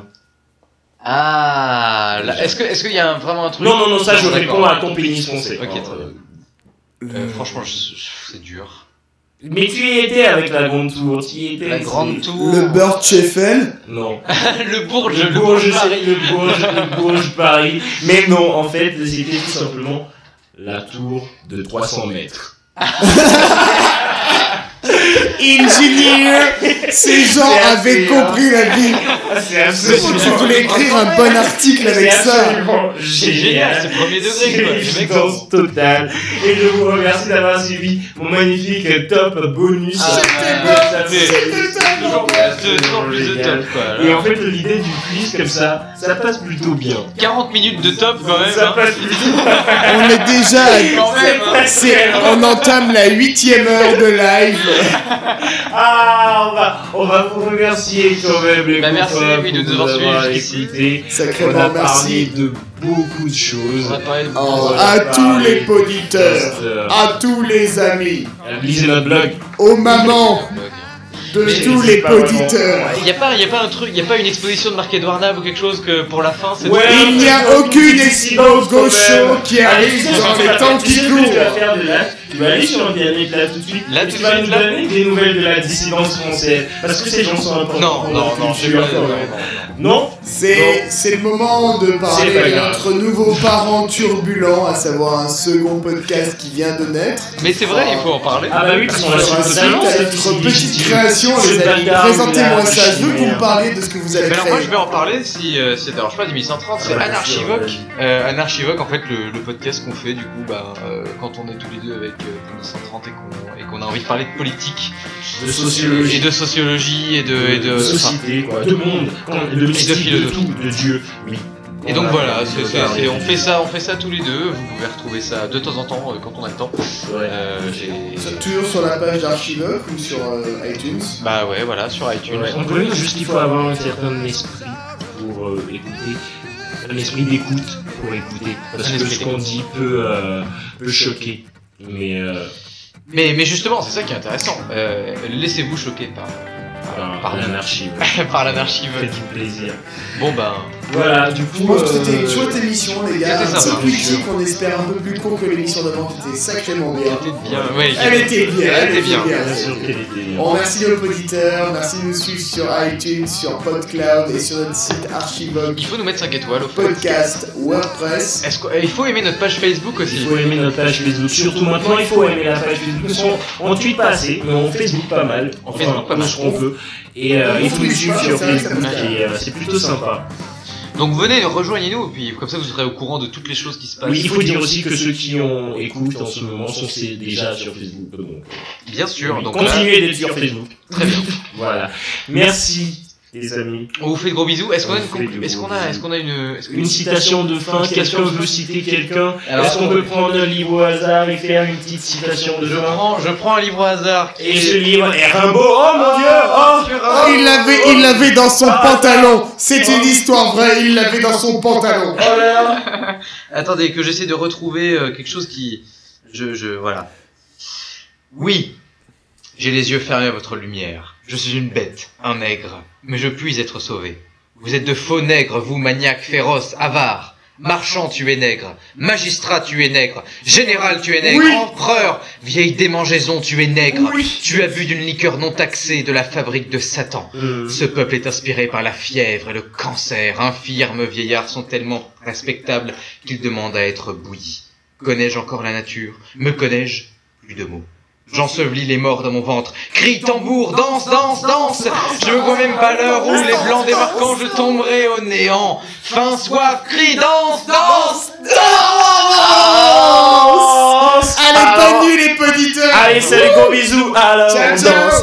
Ah, là, est-ce que, est-ce qu'il y a un- vraiment un truc? Non, non, non, ça je D'accord. réponds à ton pénis français. Ok, Alors, très bien. euh, Euh, franchement, je- je- c'est dur. Mais tu y étais avec la grande tour, tu y étais. La grande c'est- tour. Le Burj Eiffel. Non. le Bourges, Le le Bourges, Bourges c'est Paris. le Bourges, le Bourges Paris. Mais non, en fait, c'était tout simplement la tour de trois cents mètres. Ingénieur. Ces gens C'est avaient assez, compris la vie. C'est C'est pour que tu voulais écrire un bon article avec C'est ça. absolument C'est génial, c'est premier degré, C'est quoi. une Les mecs évidence totale. Et je vous remercie d'avoir suivi mon magnifique top bonus. Ah, C'était ouais, bon. ça fait- C'était Toujours plus de, toujours plus de top, quoi. Et Là. en fait, l'idée du quiz comme ça, ça passe plutôt bien. quarante minutes de top, quand même. Ça hein. passe plutôt On est déjà. Quand même, hein. C'est, on entame la huitième heure de live. Ah, on va, on va vous remercier quand même les Bah, merci, copains, oui, de pour nous avoir avoir suivis jusqu'ici. écouté. On a Sacrément parlé merci. de beaucoup de choses. On va parler de Oh, bronze. On a à tous parlé les auditeurs, de- à tous les amis, Lisez notre blog. aux mamans de Mais tous c'est les pas vraiment- auditeurs. Il y a pas, il y a pas un truc, il y a pas une exposition de Marc-Edouard Nab ou quelque chose que pour la fin, c'est Ouais. Il n'y a aucune incidence gaucho qui arrive dans les temps qui Tu sais ce que tu vas courent. faire de là? Tu vas aller sur Internet là tout de suite. Là, et tout tu de vas suite, nous là. donner des nouvelles de la dissidence française. Parce que ces gens sont importants. Non, pour non, notre non, je suis culture. pas d'accord. Non. C'est, c'est le moment de C'est parler pas de grave. notre nouveau parent turbulent, à savoir un second podcast qui vient de naître. Mais c'est vrai, il faut en parler. Ah bah oui, parce qu'on On a fera su suite totalement à cette notre petite visibilité. création, Ce les amis. bâtard, Présentez-moi la ça. Je veux que vous me chimère. parliez de ce que vous avez Mais alors moi créé. je vais en parler si, euh, si ça te dérange pas du mille cent trente, c'est Ah, bien sûr, Anarchivoc. vas-y. Euh, Anarchivoc, en fait le, le podcast qu'on fait du coup bah, euh, quand on est tous les deux avec euh, mille cent trente et qu'on, et qu'on a envie de parler de politique De sociologie. et de sociologie et de, et de, de société, quoi, de monde, de mystique, de philosophie. tout, de Dieu, oui. Et donc voilà, de c'est, c'est, parler c'est- on de fait Dieu. ça, on fait ça tous les deux. Vous pouvez retrouver ça de temps en temps euh, quand on a le temps. Ouais. Euh, j'ai... C'est toujours sur la page d'Archivoc ou sur euh, iTunes. Bah ouais, voilà, sur iTunes. Ouais, on peut dire juste qu'il faut avoir un certain esprit pour euh, écouter, un esprit d'écoute pour écouter, parce Un que esprit ce qu'on dit peut, euh, peut choquer, mais euh, Mais, mais justement, c'est ça qui est intéressant. Euh, laissez-vous choquer par, par, par, par l'anarchie, par l'Anarchivoc. faites-vous plaisir. Bon ben, Voilà, du Je coup, pense que c'était euh, une chouette émission, les gars. C'était Un sympa. petit critique, on espère un peu plus court que l'émission d'avant, qui était sacrément bien. c'était bien. Ouais, Elle était bien, Elle était bien. bien sûr qu'elle était bien. On remercie nos auditeurs, merci de nous suivre sur iTunes, sur PodCloud et sur notre site Archivoc, Il faut nous mettre cinq étoiles au fait. podcast, WordPress. Est-ce que- euh, il faut aimer notre page Facebook aussi. Il faut aimer notre page Facebook, surtout maintenant il faut aimer la page Facebook, parce qu'on on tweet pas assez, mais on Facebook pas mal, On enfin, Facebook pas mal. ce qu'on peut, et euh, On il faut nous tweet suivre pas, sur c'est vrai, Facebook, ça me et euh, c'est plutôt sympa. Donc venez, rejoignez-nous, et puis comme ça vous serez au courant de toutes les choses qui se passent. Oui, il faut dire aussi que ceux qui ont écoutent en ce moment sont c'est déjà sur Facebook, donc Bien sûr, oui, donc là, continuez d'être sur Facebook. très bien. Voilà. Merci, les amis. On vous fait de gros bisous. Est-ce qu'on a On une, vous fait conclu- de est-ce gros qu'on a, est-ce bisous. qu'on a une, est-ce que- Une citation de fin, Une quelqu'un citation de veut fin. citer quelqu'un. Alors, Est-ce qu'on peut prendre un livre au hasard et faire une petite citation de Je fin? prends, je prends un livre au hasard. Et ce livre est Rimbaud. Oh mon dieu! Oh! Oh, il l'avait, il l'avait dans son pantalon. C'est une histoire vraie, il l'avait dans son pantalon. Oh là là! Attendez, que j'essaie de retrouver euh, quelque chose qui, je, je, voilà. Oui, j'ai les yeux fermés à votre lumière. Je suis une bête, un nègre, mais je puis être sauvé. Vous êtes de faux nègres, vous maniaques féroces, avares. Marchand, tu es nègre. Magistrat, tu es nègre. Général, tu es nègre. Oui. Empereur, vieille démangeaison, tu es nègre. Oui. Tu as bu d'une liqueur non taxée de la fabrique de Satan. Euh, Ce peuple est inspiré par la fièvre et le cancer. Infirmes vieillards sont tellement respectables qu'ils demandent à être bouillis. Connais-je encore la nature? Me connais-je? Plus de mots. J'ensevelis les morts dans mon ventre. Crie, tambour, danse, danse, danse. Je me vois même pas l'heure où les blancs débarquant, je tomberai au néant. Faim, soif, crie, danse, danse, danse. Allez, bonne nuit les poditeurs. Allez, salut, gros bisous. Alors, Ciao, on ciao. danse.